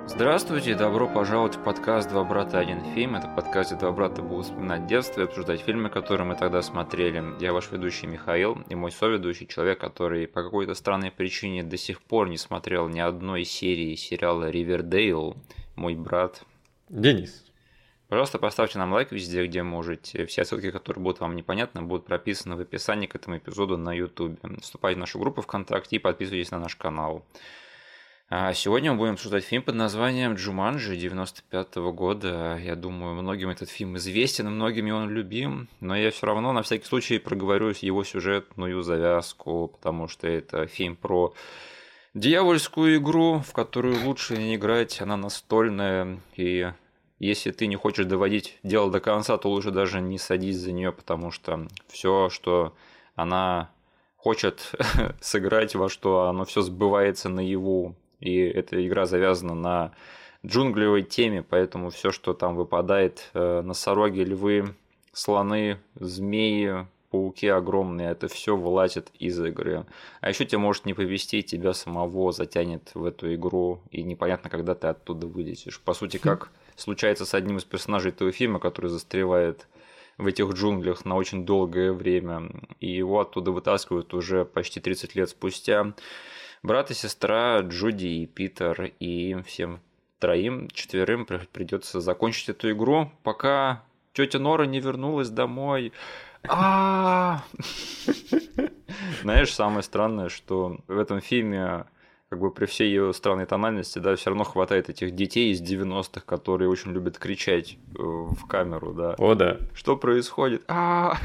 Здравствуйте, добро пожаловать в подкаст «Два брата. Один фильм». Это подкаст, где два брата будут вспоминать детство и обсуждать фильмы, которые мы тогда смотрели. Я ваш ведущий Михаил и мой соведущий, человек, который по какой-то странной причине до сих пор не смотрел ни одной серии сериала «Ривердейл», мой брат. Денис. Пожалуйста, поставьте нам лайк везде, где можете. Все ссылки, которые будут вам непонятны, будут прописаны в описании к этому эпизоду на YouTube. Вступайте в нашу группу ВКонтакте и подписывайтесь на наш канал. Сегодня мы будем обсуждать фильм под названием «Джуманджи» 95-го года. Я думаю, многим этот фильм известен, многими он любим, но я все равно на всякий случай проговорю его сюжетную завязку, потому что это фильм про дьявольскую игру, в которую лучше не играть, она настольная, и если ты не хочешь доводить дело до конца, то лучше даже не садись за нее, потому что все, что она хочет сыграть, во что оно все сбывается наяву. И эта игра завязана на джунглевой теме, поэтому все, что там выпадает, носороги, львы, слоны, змеи, пауки огромные, это все вылазит из игры. А еще тебе может не повезти, тебя самого затянет в эту игру, и непонятно, когда ты оттуда вылезешь. По сути, как случается с одним из персонажей этого фильма, который застревает в этих джунглях на очень долгое время, и его оттуда вытаскивают уже почти 30 лет спустя. Брат и сестра Джуди и Питер, и им всем четверым придется закончить эту игру, пока тетя Нора не вернулась домой. Знаешь, самое странное, что в этом фильме, как бы при всей ее странной тональности, да, все равно хватает этих детей из 90-х, которые очень любят кричать в камеру, да. О, да. Что происходит? Ну,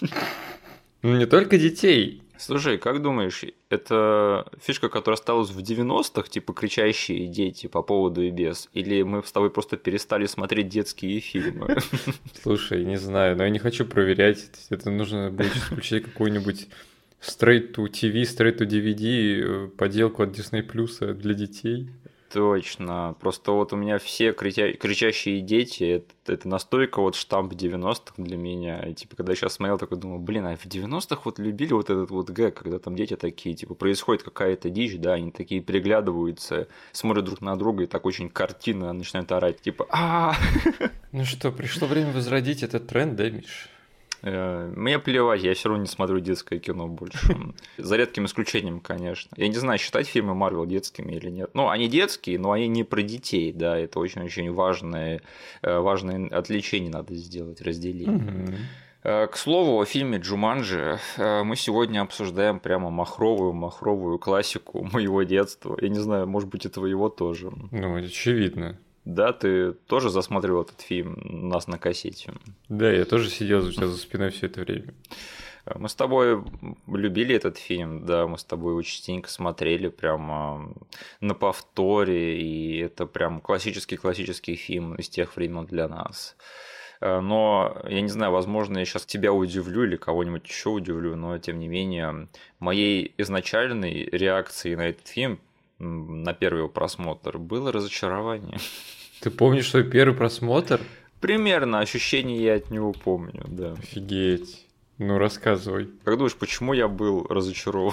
не только детей. Слушай, как думаешь, это фишка, которая осталась в 90-х, типа кричащие дети по поводу и без, или мы с тобой просто перестали смотреть детские фильмы? Слушай, не знаю, но я не хочу проверять. Это нужно будет включить какую-нибудь Straight to TV, Straight to DVD поделку от Disney Plus для детей. Точно. Просто вот у меня все кричащие дети, это настолько вот штамп 90-х для меня. И типа, когда я сейчас смотрел, такой думал, блин, а в 90-х вот любили вот этот вот гэг, когда там дети такие, типа, происходит какая-то дичь, да, они такие приглядываются, смотрят друг на друга и так очень картинно начинают орать, типа, Ну что, пришло время возродить этот тренд, да, Миш? Мне плевать, я все равно не смотрю детское кино больше. За редким исключением, конечно. Я не знаю, считать фильмы Марвел детскими или нет. Ну, они детские, но они не про детей, да, это очень-очень важное отличие надо сделать, разделение. К слову, о фильме «Джуманджи» мы сегодня обсуждаем прямо махровую классику моего детства. Я не знаю, может быть, и твоего тоже. Ну, очевидно. Да, ты тоже засматривал этот фильм у нас на кассете? Да, я тоже сидел у тебя за спиной все это время. Мы с тобой любили этот фильм, да, мы с тобой его частенько смотрели прямо на повторе, и это прям классический фильм из тех времен для нас. Но, я не знаю, возможно, я сейчас тебя удивлю или кого-нибудь еще удивлю, но, тем не менее, моей изначальной реакцией на этот фильм на первый его просмотр было разочарование. Ты помнишь свой первый просмотр? Примерно ощущение я от него помню, да. Офигеть. Ну, рассказывай. Как думаешь, почему я был разочарован?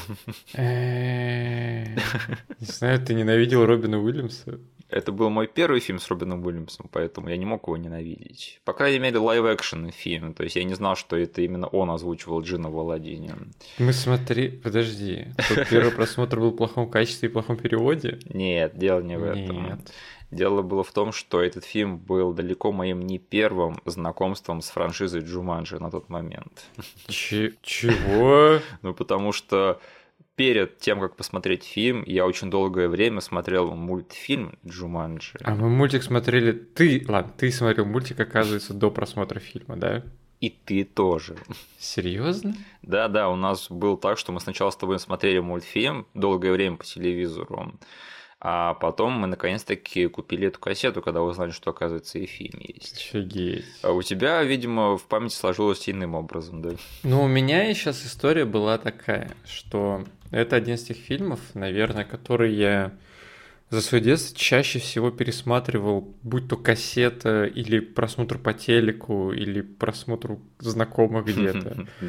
Не знаю, ты ненавидел Робина Уильямса? Это был мой первый фильм с Робином Уильямсом, поэтому я не мог его ненавидеть. По крайней мере, лайв-экшен фильм. То есть я не знал, что это именно он озвучивал Джина в Аладдине. Подожди. Первый просмотр был в плохом качестве и плохом переводе? Нет, дело не в этом. Нет. Дело было в том, что этот фильм был далеко моим не первым знакомством с франшизой Джуманджи на тот момент. Чего? Ну, потому что перед тем, как посмотреть фильм, я очень долгое время смотрел мультфильм «Джуманджи». А мы мультик смотрели... Ты смотрел мультик, оказывается, до просмотра фильма, да? И ты тоже. Серьезно? Да, у нас было так, что мы сначала с тобой смотрели мультфильм долгое время по телевизору, а потом мы наконец-таки купили эту кассету, когда узнали, что, оказывается, и фильм есть. Офигеть. А у тебя, видимо, в памяти сложилось иным образом, да? Ну, у меня сейчас история была такая, что это один из тех фильмов, наверное, который я за свое детство чаще всего пересматривал, будь то кассета или просмотр по телеку, или просмотр знакомых где-то.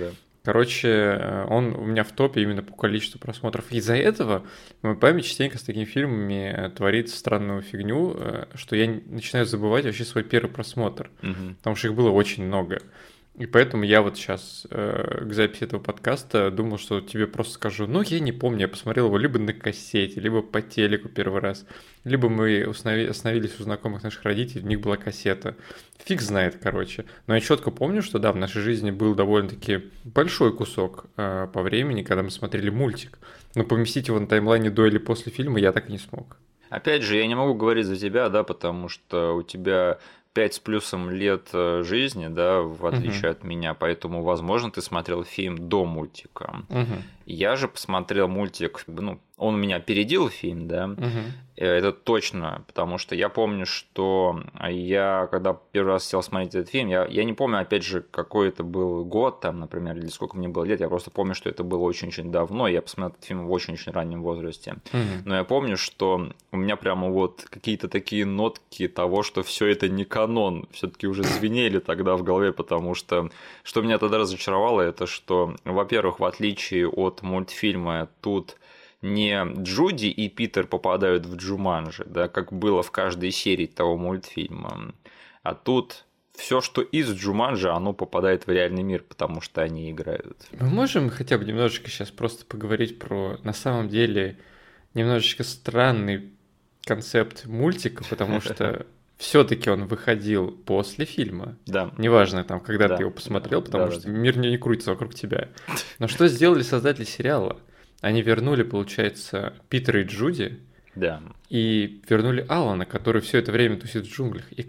Короче, он у меня в топе именно по количеству просмотров. Из-за этого в моей памяти частенько с такими фильмами творит странную фигню, что я начинаю забывать вообще свой первый просмотр, потому что их было очень много. И поэтому я вот сейчас к записи этого подкаста думал, что тебе просто скажу, ну, я не помню, я посмотрел его либо на кассете, либо по телеку первый раз, либо мы остановились у знакомых наших родителей, у них была кассета. Фиг знает, короче. Но я четко помню, что да, в нашей жизни был довольно-таки большой кусок по времени, когда мы смотрели мультик. Но поместить его на таймлайне до или после фильма я так и не смог. Опять же, я не могу говорить за тебя, да, потому что у тебя 5 с плюсом лет жизни, да, в отличие от меня, поэтому, возможно, ты смотрел фильм до мультика. Я же посмотрел мультик, ну, он меня опередил фильм, да, это точно, потому что я помню, что я, когда первый раз сел смотреть этот фильм, я не помню, опять же, какой это был год, там, например, или сколько мне было лет, я просто помню, что это было очень-очень давно, и я посмотрел этот фильм в очень-очень раннем возрасте. Но я помню, что у меня прямо вот какие-то такие нотки того, что все это не канон, все-таки уже звенели тогда в голове, потому что меня тогда разочаровало, это что, во-первых, в отличие от мультфильма, тут не Джуди и Питер попадают в Джуманджи, да, как было в каждой серии того мультфильма, а тут все, что из Джуманджи, оно попадает в реальный мир, потому что они играют. Мы можем хотя бы немножечко сейчас просто поговорить про, на самом деле, немножечко странный концепт мультика, потому что все-таки он выходил после фильма. Да. Неважно, там, когда ты его посмотрел, потому что мир не крутится вокруг тебя. Но что сделали создатели сериала? Они вернули, получается, Питера и Джуди, да. И вернули Алана, который все это время тусит в джунглях. И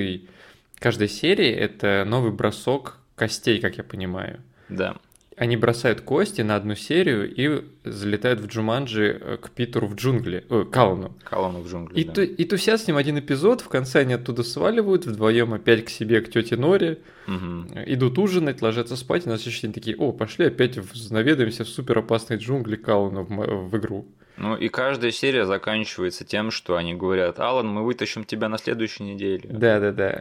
каждая серия — это новый бросок костей, как я понимаю. Да. Они бросают кости на одну серию и залетают в Джуманджи к Питеру в джунгли, к Алану. К Алану в джунгли, да. И тусят с ним один эпизод, в конце они оттуда сваливают, вдвоем опять к себе, к тете Норе, идут ужинать, ложатся спать, и на следующий день такие: о, пошли опять наведаемся в суперопасные джунгли к Алану в игру. Ну и каждая серия заканчивается тем, что они говорят: Алан, мы вытащим тебя на следующей неделе. Да.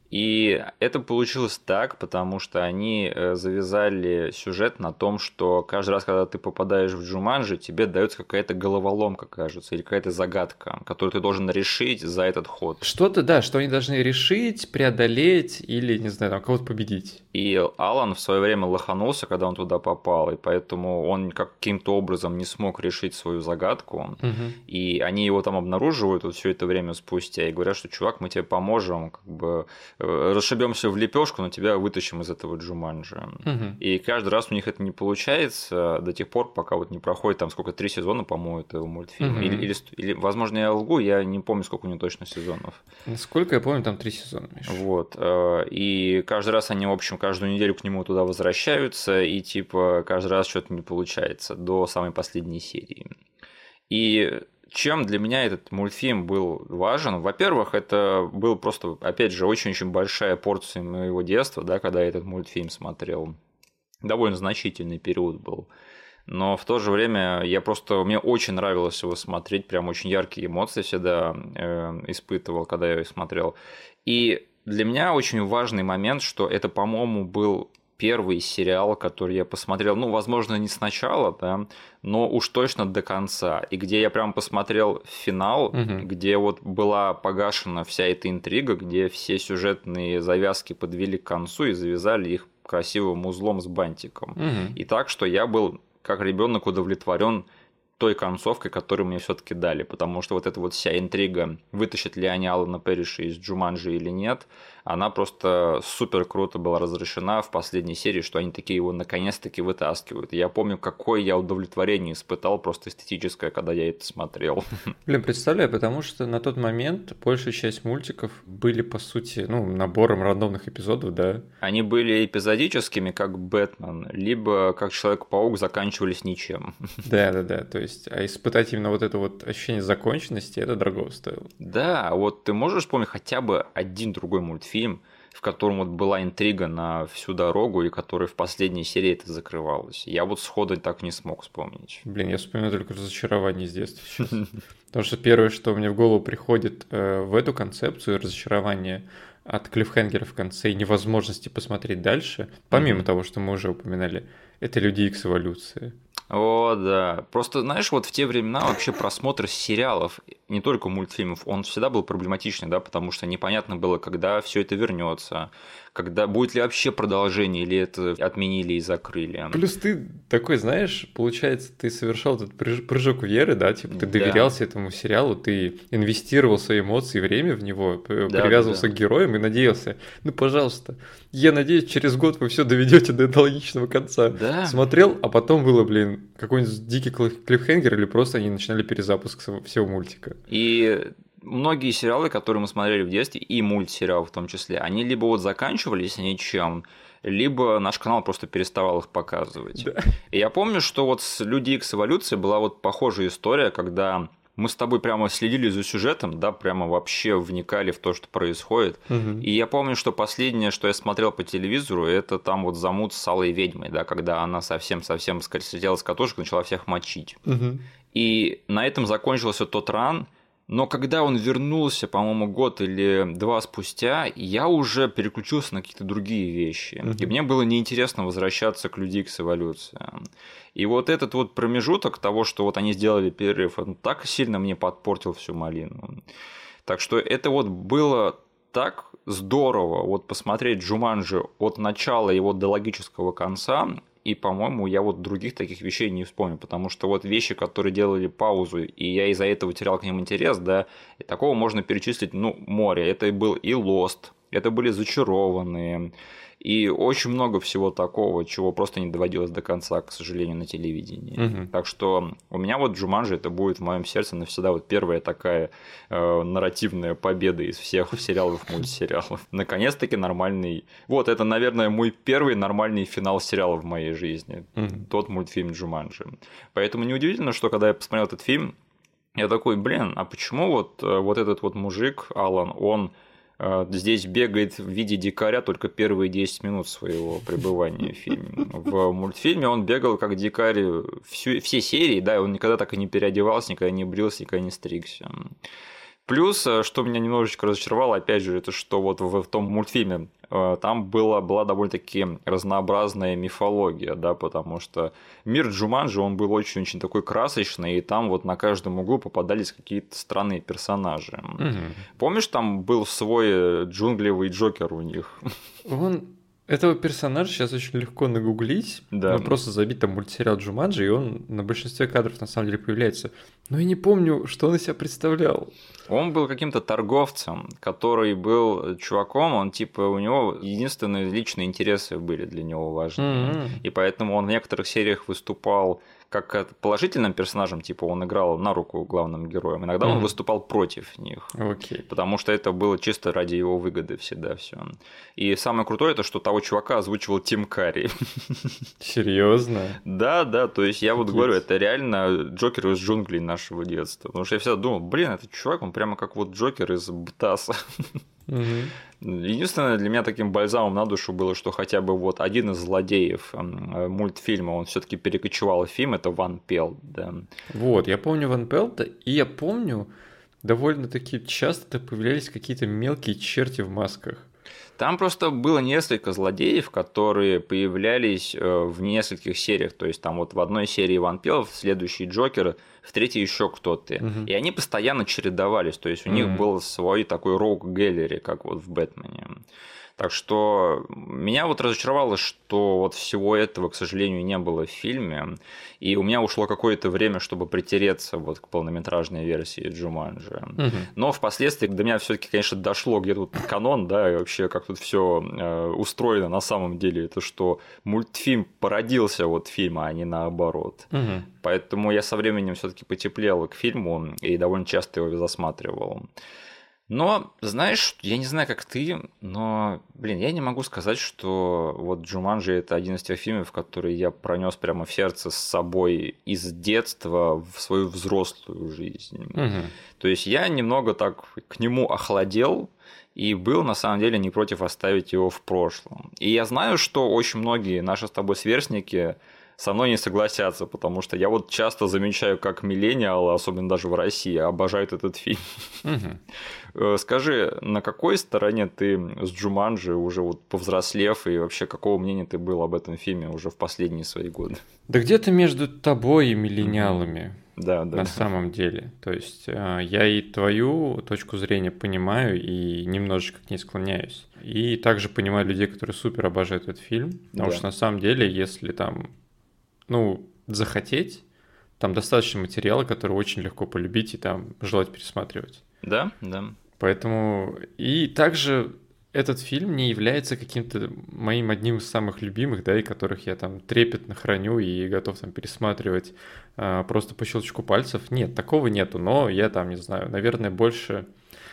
И это получилось так, потому что они завязали сюжет на том, что каждый раз, когда ты попадаешь в Джуманджи, тебе дается какая-то головоломка, кажется, или какая-то загадка, которую ты должен решить за этот ход. Что-то, да, что они должны решить, преодолеть или, не знаю, там, кого-то победить. И Алан в свое время лоханулся, когда он туда попал, и поэтому он каким-то образом не смог решить свою загадку. И они его там обнаруживают вот все это время спустя и говорят, что чувак, мы тебе поможем, как бы расшибемся в лепешку, но тебя вытащим из этого Джуманджи. И каждый раз у них это не получается до тех пор, пока вот не проходит там сколько, 3 сезона, по-моему, этого мультфильма. Или, возможно, я лгу, я не помню, сколько у него точно сезонов. Насколько я помню, там 3 сезона. Вот. И каждый раз они, в общем, каждую неделю к нему туда возвращаются, и типа каждый раз что-то не получается до самой последней серии. И чем для меня этот мультфильм был важен? Во-первых, это был просто, опять же, очень-очень большая порция моего детства, да, когда я этот мультфильм смотрел. Довольно значительный период был. Но в то же время мне очень нравилось его смотреть, прям очень яркие эмоции всегда испытывал, когда я его смотрел. И для меня очень важный момент, что это, по-моему, был первый сериал, который я посмотрел, ну, возможно, не сначала, да, но уж точно до конца, и где я прям посмотрел финал, где вот была погашена вся эта интрига, где все сюжетные завязки подвели к концу и завязали их красивым узлом с бантиком. И так, что я был как ребенок удовлетворен той концовкой, которую мне все-таки дали, потому что вот эта вот вся интрига, вытащит ли они Алана Перриша из Джуманджи или нет, она просто супер круто была разрешена в последней серии, что они такие его наконец-таки вытаскивают. И я помню, какое я удовлетворение испытал просто эстетическое, когда я это смотрел. Блин, представляю, потому что на тот момент большая часть мультиков были, по сути, ну, набором рандомных эпизодов, да? Они были эпизодическими, как Бэтмен, либо как Человек-паук заканчивались ничем. Да, то есть, а испытать именно вот это вот ощущение законченности, это дорого стоило. Да, вот ты можешь вспомнить хотя бы один другой мультфильм, в котором вот была интрига на всю дорогу, и который в последней серии это закрывалось. Я вот сходу так не смог вспомнить. Блин, я вспоминаю только разочарование с детства сейчас. Потому что первое, что мне в голову приходит в эту концепцию разочарования, от клиффхенгера в конце и невозможности посмотреть дальше, помимо того, что мы уже упоминали, это «Люди Икс. Эволюция». О, да. Просто, знаешь, вот в те времена вообще просмотр сериалов, не только мультфильмов, он всегда был проблематичный, да, потому что непонятно было, когда все это вернется, когда будет ли вообще продолжение, или это отменили и закрыли. Плюс ты такой, знаешь, получается, ты совершал этот прыжок веры, да, типа ты доверялся этому сериалу, ты инвестировал свои эмоции и время в него, привязывался к героям и надеялся, ну, пожалуйста, я надеюсь, через год вы все доведете до логичного конца. Да. Смотрел, а потом было, блин, какой-нибудь дикий клиффхенгер, или просто они начинали перезапуск всего мультика. И многие сериалы, которые мы смотрели в детстве, и мультсериалы в том числе, они либо вот заканчивались ничем, либо наш канал просто переставал их показывать. Да. И я помню, что вот с «Люди Икс. Эволюция» была вот похожая история, когда мы с тобой прямо следили за сюжетом, да, прямо вообще вникали в то, что происходит. Угу. И я помню, что последнее, что я смотрел по телевизору, это там вот «Замут с Алой ведьмой», да, когда она совсем-совсем слетела с катушек, начала всех мочить. Угу. И на этом закончился тот ран. Но когда он вернулся, по-моему, год или два спустя, я уже переключился на какие-то другие вещи. И мне было неинтересно возвращаться к «Люди Икс. Эволюция». И вот этот вот промежуток того, что вот они сделали перерыв, он так сильно мне подпортил всю малину. Так что это вот было так здорово вот посмотреть «Джуманджи» от начала его до логического конца. И, по-моему, я вот других таких вещей не вспомню, потому что вот вещи, которые делали паузу, и я из-за этого терял к ним интерес, да, и такого можно перечислить, ну, море. Это был и «Лост», это были «Зачарованные», и очень много всего такого, чего просто не доводилось до конца, к сожалению, на телевидении. Угу. Так что у меня вот «Джуманджи» это будет в моем сердце навсегда вот первая такая нарративная победа из всех сериалов, мультсериалов. Наконец-таки нормальный. Вот это, наверное, мой первый нормальный финал сериала в моей жизни. Тот мультфильм «Джуманджи». Поэтому неудивительно, что когда я посмотрел этот фильм, я такой, блин, а почему вот этот вот мужик, Алан, он здесь бегает в виде дикаря только первые 10 минут своего пребывания в фильме. В мультфильме он бегал как дикарь все серии, да, и он никогда так и не переодевался, никогда не брился, никогда не стригся. Плюс, что меня немножечко разочаровало, опять же, это что вот в том мультфильме там была довольно-таки разнообразная мифология, да, потому что мир Джуманджи, он был очень-очень такой красочный, и там вот на каждом углу попадались какие-то странные персонажи. Помнишь, там был свой джунглевый Джокер у них? Этого персонажа сейчас очень легко нагуглить, да. Просто забить там мультсериал Джуманджи, и он на большинстве кадров на самом деле появляется. Но я не помню, что он из себя представлял. Он был каким-то торговцем, который был чуваком, он типа у него единственные личные интересы были для него важны. И поэтому он в некоторых сериях выступал как положительным персонажем, типа он играл на руку главным героям, иногда он выступал против них, потому что это было чисто ради его выгоды всегда все. И самое крутое, это что того чувака озвучивал Тим Карри. Серьезно? Да, то есть я вот говорю, это реально Джокер из джунглей нашего детства, потому что я всегда думал, блин, этот чувак, он прямо как вот Джокер из БТАСа. Единственное, для меня таким бальзамом на душу было, что хотя бы вот один из злодеев мультфильма, он все-таки перекочевал в фильм, это Ван Пелт, да. Вот, я помню Ван Пелта, и я помню, довольно-таки часто появлялись какие-то мелкие черти в масках. Там просто было несколько злодеев, которые появлялись в нескольких сериях. То есть там вот в одной серии Ван Пелт, в следующей Джокер, в третьей еще кто-то. И они постоянно чередовались. То есть у них был свой такой роуг гэллери, как вот в Бэтмене. Так что меня вот разочаровало, что вот всего этого, к сожалению, не было в фильме. И у меня ушло какое-то время, чтобы притереться вот к полнометражной версии Джуманджи. Но впоследствии до меня все-таки, конечно, дошло, где тут канон, да, и вообще как тут все устроено на самом деле. Это что мультфильм породился от фильма, а не наоборот. Поэтому я со временем все-таки потеплел к фильму и довольно часто его засматривал. Но, знаешь, я не знаю, как ты, но, блин, я не могу сказать, что вот «Джуманджи» — это один из тех фильмов, которые я пронес прямо в сердце с собой из детства в свою взрослую жизнь. То есть я немного так к нему охладел и был, на самом деле, не против оставить его в прошлом. И я знаю, что очень многие наши с тобой сверстники со мной не согласятся, потому что я вот часто замечаю, как миллениалы, особенно даже в России, обожают этот фильм. Скажи, на какой стороне ты с Джуманджи уже вот повзрослев, и вообще какого мнения ты был об этом фильме уже в последние свои годы? Да где-то между тобой и миллениалами. Да. На самом деле. То есть я и твою точку зрения понимаю и немножечко к ней склоняюсь. И также понимаю людей, которые супер обожают этот фильм. Потому что на самом деле, если там, захотеть, там достаточно материала, который очень легко полюбить и там желать пересматривать. Да. Поэтому и также этот фильм не является каким-то моим одним из самых любимых, да, и которых я там трепетно храню и готов там пересматривать просто по щелчку пальцев. Нет, такого нету, но я там, не знаю, наверное, больше,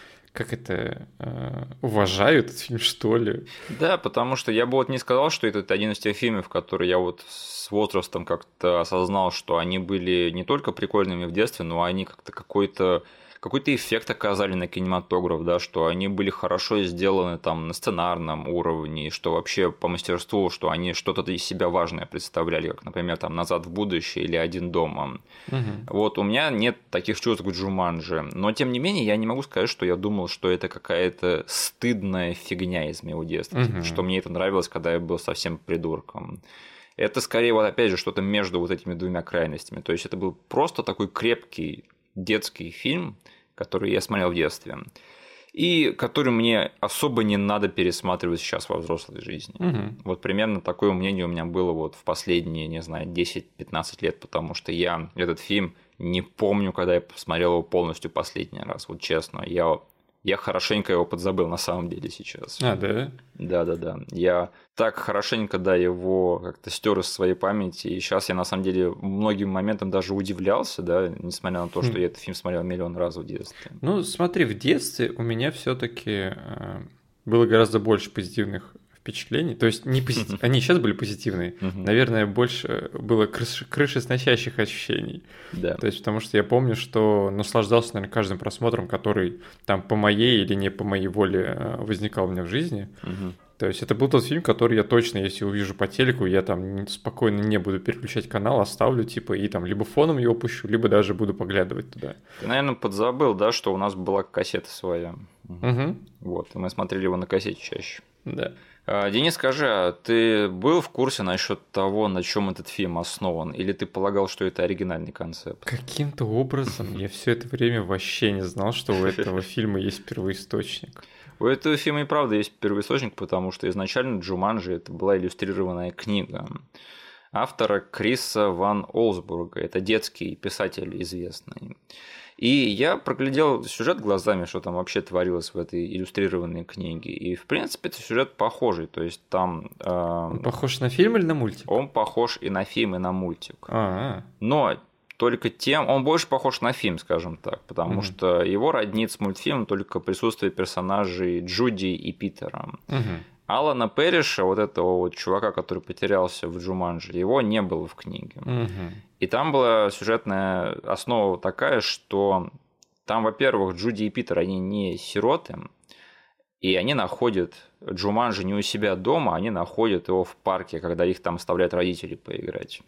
уважаю этот фильм, что ли. Да, потому что я бы вот не сказал, что это один из тех фильмов, которые я вот с возрастом как-то осознал, что они были не только прикольными в детстве, но они как-то какой-то эффект оказали на кинематограф, да, что они были хорошо сделаны там на сценарном уровне, и что вообще по мастерству, что они что-то из себя важное представляли, как, например, там «Назад в будущее» или «Один дома». Вот у меня нет таких чувств к Джуманджи, но тем не менее я не могу сказать, что я думал, что это какая-то стыдная фигня из моего детства, что мне это нравилось, когда я был совсем придурком. Это скорее вот опять же что-то между вот этими двумя крайностями, то есть это был просто такой крепкий детский фильм, который я смотрел в детстве, и который мне особо не надо пересматривать сейчас во взрослой жизни. Вот примерно такое мнение у меня было вот в последние, не знаю, 10-15 лет, потому что я этот фильм не помню, когда я посмотрел его полностью последний раз, вот честно. Я хорошенько его подзабыл на самом деле сейчас. А, да? Да. Я так хорошенько, его как-то стер из своей памяти, и сейчас я на самом деле многим моментам даже удивлялся, да, несмотря на то, что я этот фильм смотрел миллион раз в детстве. Ну, смотри, в детстве у меня все-таки было гораздо больше позитивных впечатлений. То есть не они сейчас были позитивные. Наверное, больше было крышесносящих ощущений. Да. То есть потому что я помню, что наслаждался, наверное, каждым просмотром, который там по моей или не по моей воле возникал у меня в жизни. То есть это был тот фильм, который я точно, если увижу по телеку, я там спокойно не буду переключать канал, оставлю, и там либо фоном его пущу, либо даже буду поглядывать туда. Ты, наверное, подзабыл, да, что у нас была кассета своя. Вот, и мы смотрели его на кассете чаще. Да. Денис, скажи, а ты был в курсе насчет того, на чем этот фильм основан, или ты полагал, что это оригинальный концепт? Каким-то образом я все это время вообще не знал, что у этого фильма есть первоисточник. У этого фильма и правда есть первоисточник, потому что изначально Джуманджи это была иллюстрированная книга автора Криса Ван Олсбурга. Это детский писатель известный. И я проглядел сюжет глазами, что там вообще творилось в этой иллюстрированной книге. И, в принципе, это сюжет похожий. То есть там... Он похож на фильм или на мультик? Он похож и на фильм, и на мультик. А-а-а. Но только тем... Он больше похож на фильм, скажем так, потому что его роднит с мультфильмом только присутствие персонажей Джуди и Питера. Алана Перриша, вот этого вот чувака, который потерялся в Джуманджи, его не было в книге. И там была сюжетная основа такая, что там, во-первых, Джуди и Питер, они не сироты, и они находят Джуманджи не у себя дома, они находят его в парке, когда их там оставляют родители поиграть.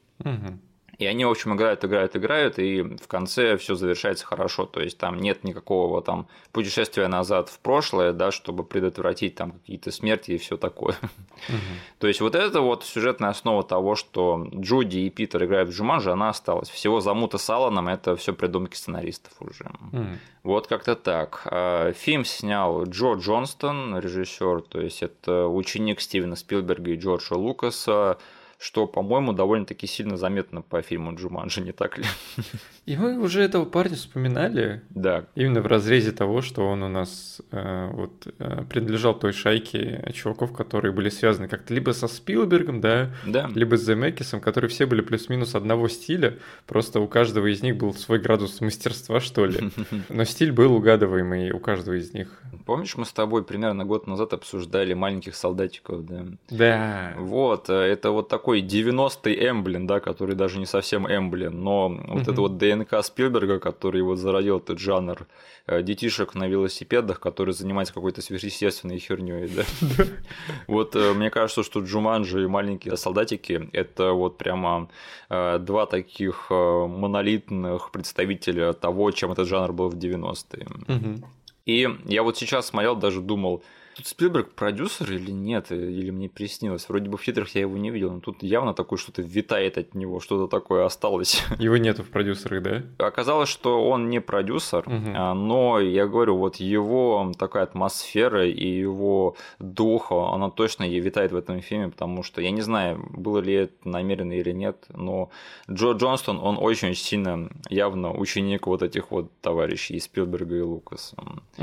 И они, в общем, играют, и в конце все завершается хорошо. То есть там нет никакого там путешествия назад в прошлое, да, чтобы предотвратить там какие-то смерти и все такое. То есть вот это вот сюжетная основа того, что Джуди и Питер играют в Джуманджи, она осталась. Всего замута с Аланом это все придумки сценаристов уже. Вот как-то так. Фильм снял Джо Джонстон, режиссер, то есть это ученик Стивена Спилберга и Джорджа Лукаса, что, по-моему, довольно-таки сильно заметно по фильму «Джуманджи», не так ли? И мы уже этого парня вспоминали. Да. Именно в разрезе того, что он у нас принадлежал той шайке чуваков, которые были связаны как-то либо со Спилбергом, да, либо с Земекисом, которые все были плюс-минус одного стиля, просто у каждого из них был свой градус мастерства, что ли. Но стиль был угадываемый у каждого из них. Помнишь, мы с тобой примерно год назад обсуждали «Маленьких солдатиков», да? Да. Вот, это вот такой такой 90-й Эмблин, да, который даже не совсем Эмблин, но вот это вот ДНК Спилберга, который вот зародил этот жанр детишек на велосипедах, которые занимаются какой-то сверхъестественной херней, да. Вот мне кажется, что Джуманджи и маленькие солдатики – это вот прямо два таких монолитных представителя того, чем этот жанр был в 90-е. И я вот сейчас смотрел, даже думал, тут Спилберг продюсер или нет, или мне приснилось. Вроде бы в титрах я его не видел, но тут явно такое что-то витает от него, что-то такое осталось. Его нету в продюсерах, да? Оказалось, что он не продюсер, но я говорю, вот его такая атмосфера и его дух, она точно витает в этом фильме, потому что я не знаю, было ли это намеренно или нет, но Джо Джонстон, он очень сильно явно ученик вот этих вот товарищей из Спилберга и Лукаса.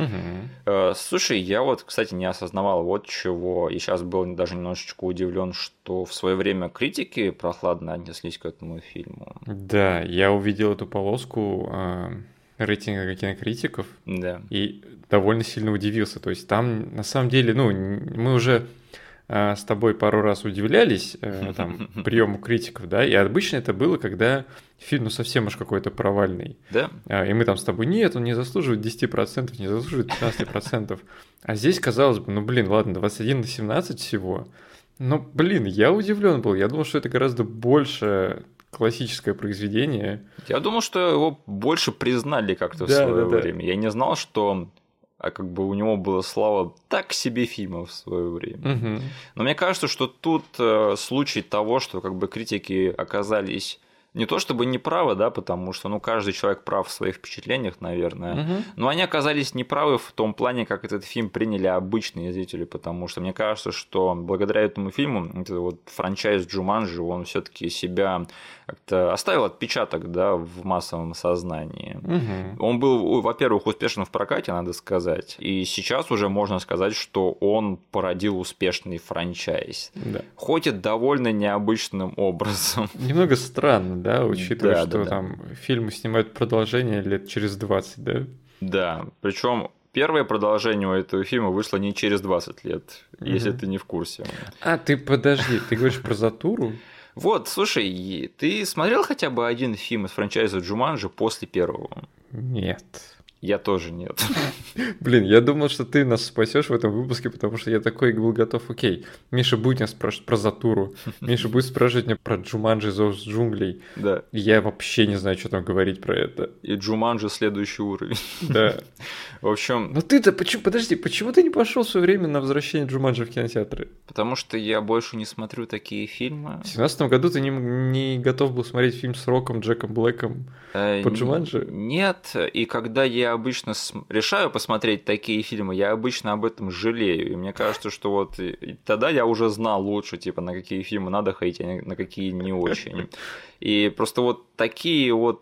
Слушай, я вот, кстати, не осознавал вот чего, и сейчас был даже немножечко удивлен, что в свое время критики прохладно отнеслись к этому фильму. Да, я увидел эту полоску рейтинга кинокритиков, да. И довольно сильно удивился. То есть там на самом деле, ну, мы уже с тобой пару раз удивлялись там, приему критиков, да, и обычно это было, когда фильм ну совсем уж какой-то провальный. Да. И мы там с тобой, нет, он не заслуживает 10%, не заслуживает 15%. А здесь, казалось бы, ну блин, ладно, 21/17 всего. Но, блин, я удивлен был. Я думал, что это гораздо больше классическое произведение. Я думал, что его больше признали как-то в свое время. Я не знал, что как бы у него была слава так себе фильмов в свое время. Но мне кажется, что тут случай того, что как бы критики оказались не то чтобы неправы, да, потому что, ну, каждый человек прав в своих впечатлениях, наверное, но они оказались неправы в том плане, как этот фильм приняли обычные зрители, потому что мне кажется, что благодаря этому фильму этот вот франчайз Джуманджи, он все-таки себя как-то оставил отпечаток, да, в массовом сознании. Он был, во-первых, успешен в прокате, надо сказать, и сейчас уже можно сказать, что он породил успешный франчайз, хоть и довольно необычным образом. Немного странно, да, учитывая, что там фильмы снимают продолжение лет через 20, да? Да, причем первое продолжение у этого фильма вышло не через 20 лет, если ты не в курсе. А, ты подожди, ты говоришь про Затуру? Вот, слушай, ты смотрел хотя бы один фильм из франчайза Джуманджи после первого? Нет. Я тоже нет. Блин, я думал, что ты нас спасешь в этом выпуске, потому что я такой был готов, окей. Миша будет меня спрашивать про Затуру, Миша будет спрашивать меня про Джуманджи Зов джунглей. Да. Я вообще не знаю, что там говорить про это. И Джуманджи следующий уровень. Да. В общем... Но ты-то, подожди, почему ты не пошел в свое время на возвращение Джуманджи в кинотеатры? Потому что я больше не смотрю такие фильмы. В 2017 году ты не готов был смотреть фильм с Роком, Джеком Блэком по Джуманджи? Нет, и когда я обычно решаю посмотреть такие фильмы, я обычно об этом жалею. И мне кажется, что вот тогда я уже знал лучше, типа, на какие фильмы надо ходить, а на какие не очень. И просто вот такие вот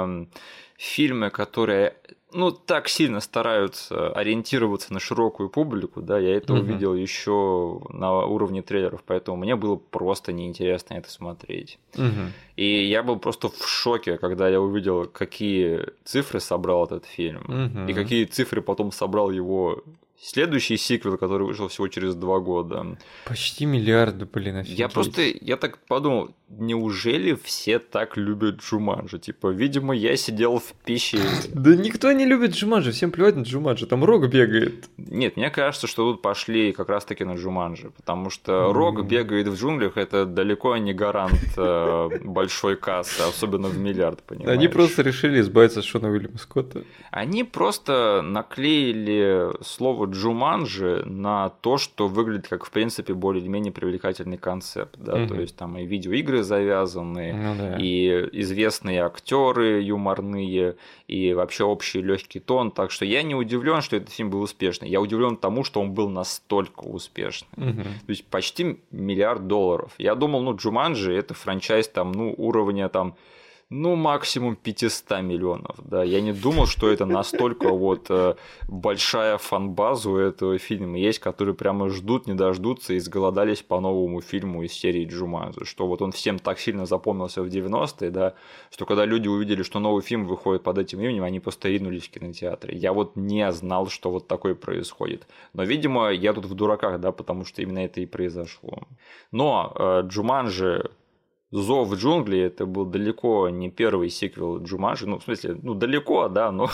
фильмы, которые, ну, так сильно стараются ориентироваться на широкую публику, да, я это увидел еще на уровне трейлеров, поэтому мне было просто неинтересно это смотреть. И я был просто в шоке, когда я увидел, какие цифры собрал этот фильм, и какие цифры потом собрал его следующий сиквел, который вышел всего через 2 года. Почти миллиард, блин, офигеть. Я так подумал, неужели все так любят Джуманджи? Типа, видимо, я сидел в пище. Да никто не любит Джуманджи, всем плевать на Джуманджи, там Рог бегает. Нет, мне кажется, что тут пошли как раз-таки на Джуманджи, потому что Рог бегает в джунглях, это далеко не гарант большой кассы, особенно в миллиард, понимаешь? Они просто решили избавиться от Шона Уильяма Скотта. Они просто наклеили слово Джуманджи на то, что выглядит как, в принципе, более-менее привлекательный концепт, да, то есть там и видеоигры завязаны, и известные актеры юморные, и вообще общий легкий тон, так что я не удивлен, что этот фильм был успешный, я удивлен тому, что он был настолько успешный, то есть почти $1 миллиард. Я думал, ну, Джуманджи это франчайз там, ну, уровня там Ну, максимум 500 миллионов, да. Я не думал, что это настолько вот большая фан-база у этого фильма есть, которые прямо ждут, не дождутся и изголодались по новому фильму из серии Джуманджи, что вот он всем так сильно запомнился в 90-е, да, что когда люди увидели, что новый фильм выходит под этим именем, они просто ринулись в кинотеатры. Я вот не знал, что вот такое происходит. Но, видимо, я тут в дураках, да, потому что именно это и произошло. Но Джуманджи «Зов джунглей» — это был далеко не первый сиквел Джуманджи, ну, в смысле, ну, далеко, да, но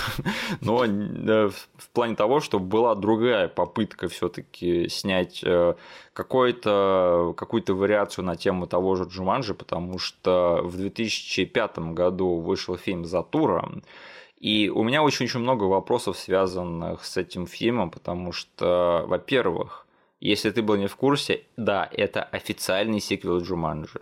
в плане того, что была другая попытка все-таки снять какую-то вариацию на тему того же Джуманджи, потому что в 2005 году вышел фильм «Затура», и у меня очень-очень много вопросов, связанных с этим фильмом, потому что, во-первых, если ты был не в курсе, да, это официальный сиквел Джуманджи.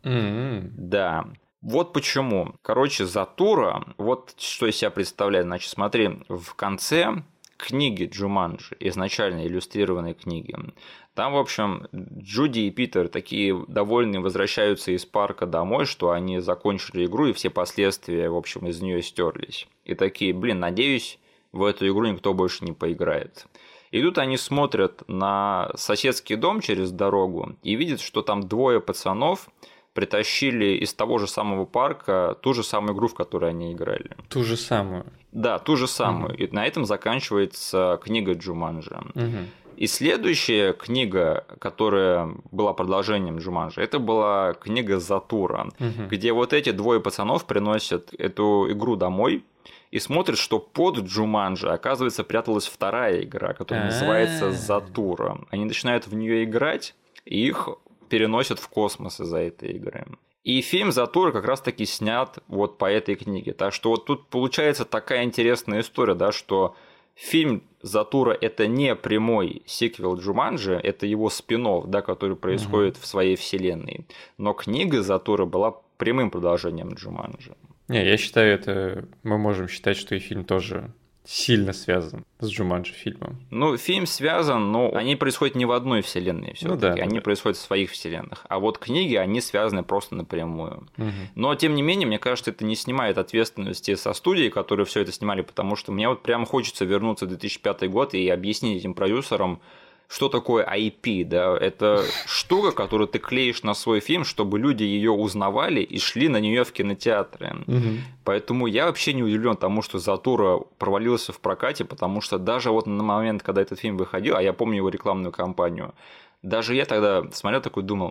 Да. Вот почему. Короче, «Затура», вот что из себя представляет. Значит, смотри, в конце книги Джуманджи, изначально иллюстрированной книги, там, в общем, Джуди и Питер такие довольные возвращаются из парка домой, что они закончили игру, и все последствия, в общем, из нее стерлись. И такие, блин, надеюсь, в эту игру никто больше не поиграет. И тут они смотрят на соседский дом через дорогу и видят, что там двое пацанов притащили из того же самого парка ту же самую игру, в которой они играли. Ту же самую? Да, ту же самую. И на этом заканчивается книга Джуманджи. И следующая книга, которая была продолжением Джуманджи, это была книга «Затура», где вот эти двое пацанов приносят эту игру домой и смотрят, что под Джуманджи, оказывается, пряталась вторая игра, которая называется «Затура». Они начинают в нее играть, и их переносят в космос из-за этой игры. И фильм «Затура» как раз-таки снят вот по этой книге. Так что вот тут получается такая интересная история, да, что фильм «Затура» — это не прямой сиквел Джуманджи, это его спин-офф, да, который происходит в своей вселенной. Но книга «Затура» была прямым продолжением Джуманджи. Не, я считаю, мы можем считать, что и фильм тоже сильно связан с Джуманджи фильмом. Ну, фильм связан, но они происходят не в одной вселенной все-таки, они происходят в своих вселенных. А вот книги, они связаны просто напрямую. Но, тем не менее, мне кажется, это не снимает ответственности со студией, которые все это снимали, потому что мне вот прям хочется вернуться в 2005 год и объяснить этим продюсерам, что такое IP, да, это штука, которую ты клеишь на свой фильм, чтобы люди ее узнавали и шли на нее в кинотеатры. Поэтому я вообще не удивлен тому, что «Затура» провалился в прокате, потому что даже вот на момент, когда этот фильм выходил, а я помню его рекламную кампанию, даже я тогда смотрел такой, думал,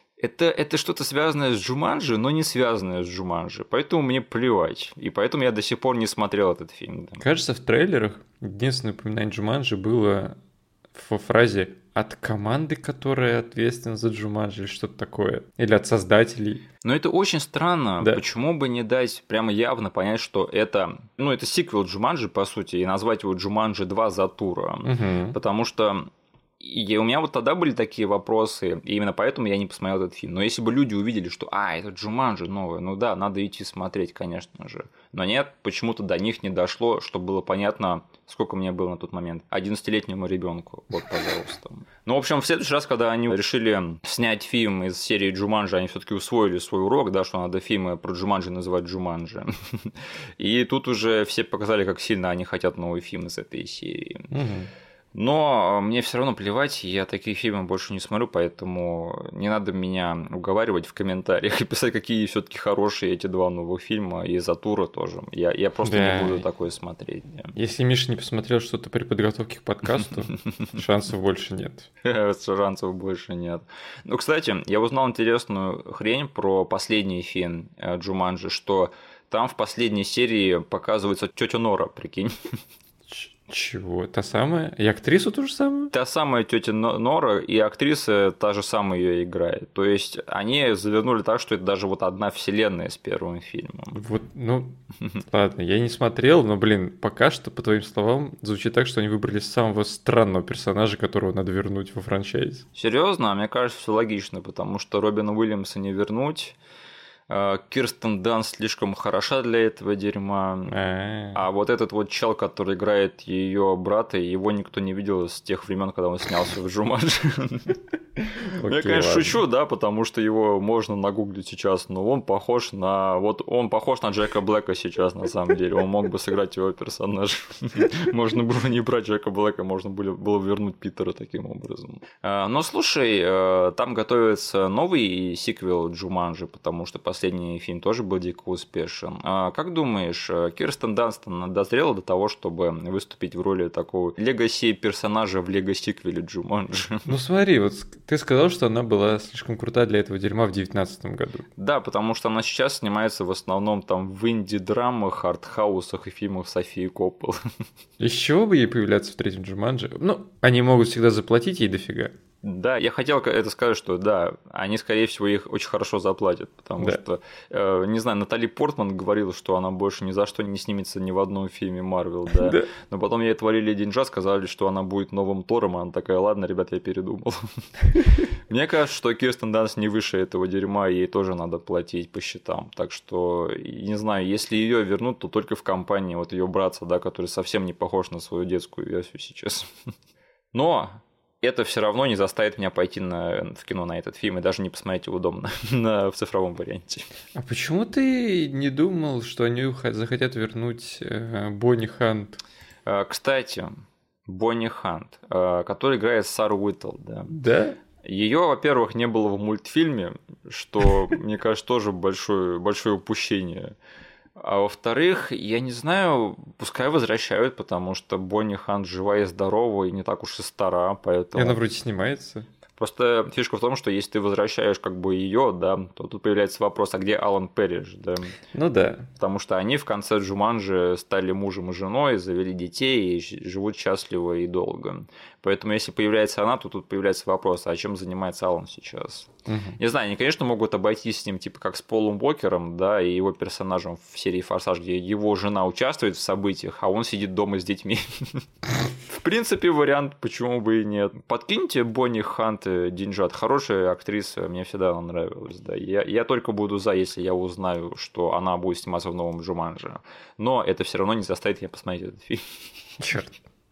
это что-то связанное с Джуманджи, но не связанное с Джуманджи, поэтому мне плевать, и поэтому я до сих пор не смотрел этот фильм. Да. Кажется, в трейлерах единственное упоминание Джуманджи было во фразе «от команды, которая ответственна за Джуманджи» или что-то такое. Или от создателей. Но это очень странно. Да. Почему бы не дать прямо явно понять, что это сиквел Джуманджи, по сути, и назвать его Джуманджи 2 «Затура». Потому что и у меня вот тогда были такие вопросы, и именно поэтому я не посмотрел этот фильм. Но если бы люди увидели, что это Джуманджи новое, ну да, надо идти смотреть, конечно же. Но нет, почему-то до них не дошло, чтобы было понятно, сколько мне было на тот момент. 11-летнему ребенку. Вот, пожалуйста. Ну, в общем, в следующий раз, когда они решили снять фильм из серии Джуманджи, они все-таки усвоили свой урок, да, что надо фильмы про Джуманджи называть Джуманджи. И тут уже все показали, как сильно они хотят новый фильм из этой серии. Но мне все равно плевать, я такие фильмы больше не смотрю, поэтому не надо меня уговаривать в комментариях и писать, какие все-таки хорошие эти два новых фильма, и «Затура» тоже. Я просто не буду такое смотреть. Да. Если Миша не посмотрел что-то при подготовке к подкасту, шансов больше нет. Шансов больше нет. Ну, кстати, я узнал интересную хрень про последний фильм Джуманджи, что там в последней серии показывается тетя Нора, прикинь. Чего? Та самая? И актрису ту же самую? Та самая тетя Нора, и актриса та же самая ее играет. То есть они завернули так, что это даже вот одна вселенная с первым фильмом. Вот, ладно, я не смотрел, но, пока что, по твоим словам, звучит так, что они выбрали самого странного персонажа, которого надо вернуть во франчайзе. Серьезно? Мне кажется, все логично, потому что Робина Уильямса не вернуть. Кирстен Данст слишком хороша для этого дерьма. А вот этот вот чел, который играет ее брата, его никто не видел с тех времен, когда он снялся в Джуманджи. Я, конечно, шучу, да, потому что его можно нагуглить сейчас, но он похож на Джека Блэка сейчас, на самом деле. Он мог бы сыграть его персонажа. Можно было не брать Джека Блэка, можно было вернуть Питера таким образом. Но слушай, там готовится новый сиквел Джуманджи, потому что последний фильм тоже был дико успешен. Как думаешь, Кирстен Данст дозрела до того, чтобы выступить в роли такого легаси персонажа в лего-сиквеле Джуманджи? Ну смотри, вот ты сказал, что она была слишком крута для этого дерьма в 2019 году. Да, потому что она сейчас снимается в основном там в инди-драмах, артхаусах и фильмах Софии Копполы. Из чего бы ей появляться в третьем Джуманджи? Ну, они могут всегда заплатить ей дофига. Да, я хотел это сказать, что да, они, скорее всего, их очень хорошо заплатят, потому что, не знаю, Натали Портман говорила, что она больше ни за что не снимется ни в одном фильме Марвел, да. Но потом ей отвалили деньжа, сказали, что она будет новым Тором, а она такая: ладно, ребят, я передумал. Мне кажется, что Кирстен Данст не выше этого дерьма, ей тоже надо платить по счетам, так что, не знаю, если ее вернут, то только в компании вот ее братца, да, который совсем не похож на свою детскую версию сейчас. Но это все равно не заставит меня пойти в кино на этот фильм и даже не посмотреть его дома в цифровом варианте. А почему ты не думал, что они захотят вернуть Бонни Хант? Кстати, Бонни Хант, который играет Сару Уитл, да? Да? Ее, во-первых, не было в мультфильме, что, мне кажется, тоже большое упущение. А во-вторых, я не знаю, пускай возвращают, потому что Бонни Хант жива и здорова, и не так уж и стара, поэтому... И она вроде снимается. Просто фишка в том, что если ты возвращаешь как бы ее, да, то тут появляется вопрос, а где Алан Перридж, да? Ну да. Потому что они в конце Джуманджи стали мужем и женой, завели детей и живут счастливо и долго. Поэтому если появляется она, то тут появляется вопрос, а чем занимается Алан сейчас? Не знаю, они, конечно, могут обойтись с ним, типа как с Полом Уокером, да, и его персонажем в серии «Форсаж», где его жена участвует в событиях, а он сидит дома с детьми. В принципе, вариант, почему бы и нет. Подкиньте Бонни Хант деньжат. Хорошая актриса, мне всегда она нравилась. Да. Я только буду за, если я узнаю, что она будет сниматься в новом Джуманджи. Но это все равно не заставит меня посмотреть этот фильм. Черт.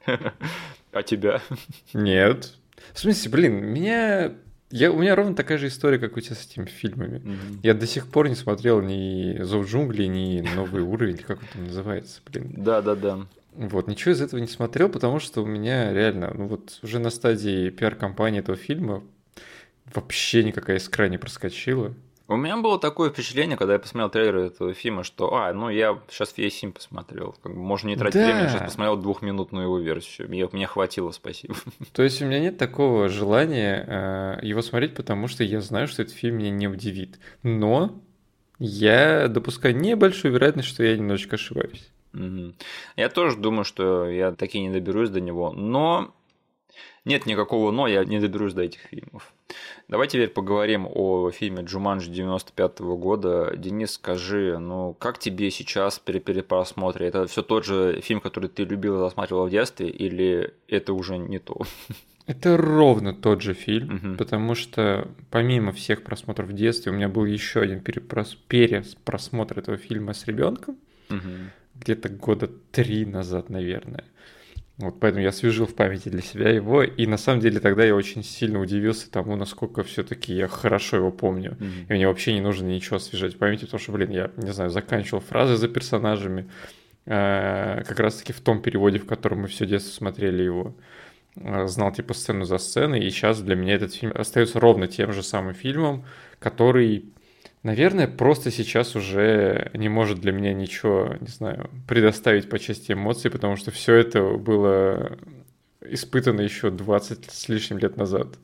А тебя? Нет. В смысле, блин, у меня ровно такая же история, как у тебя с этими фильмами. Я до сих пор не смотрел ни «Зов джунглей», ни «Новый уровень», как он там называется, блин. Да. Вот, ничего из этого не смотрел, потому что у меня реально, ну вот уже на стадии пиар-компании этого фильма вообще никакая искра не проскочила. У меня было такое впечатление, когда я посмотрел трейлер этого фильма, что, я сейчас весь фильм посмотрел. Как бы, можно не тратить время, я сейчас посмотрел 2-минутную его версию. Мне хватило, спасибо. То есть у меня нет такого желания его смотреть, потому что я знаю, что этот фильм меня не удивит. Но я допускаю небольшую вероятность, что я немножечко ошибаюсь. Я тоже думаю, что я таки не доберусь до него, но нет никакого «но», я не доберусь до этих фильмов. Давай теперь поговорим о фильме «Джуманджи» 95-го года. Денис, скажи, как тебе сейчас при перепросмотре? Это все тот же фильм, который ты любил и засматривал в детстве, или это уже не то? Это ровно тот же фильм, потому что помимо всех просмотров в детстве у меня был еще один перепросмотр этого фильма с ребенком. Где-то 3 года назад, наверное. Вот поэтому я освежил в памяти для себя его, и на самом деле тогда я очень сильно удивился тому, насколько все-таки я хорошо его помню. И мне вообще не нужно ничего освежать в памяти, потому что, я не знаю, заканчивал фразы за персонажами, как раз-таки в том переводе, в котором мы все детство смотрели его. Знал типа сцену за сценой, и сейчас для меня этот фильм остается ровно тем же самым фильмом, который... Наверное, просто сейчас уже не может для меня ничего, не знаю, предоставить по части эмоций, потому что все это было испытано еще 20 с лишним лет назад.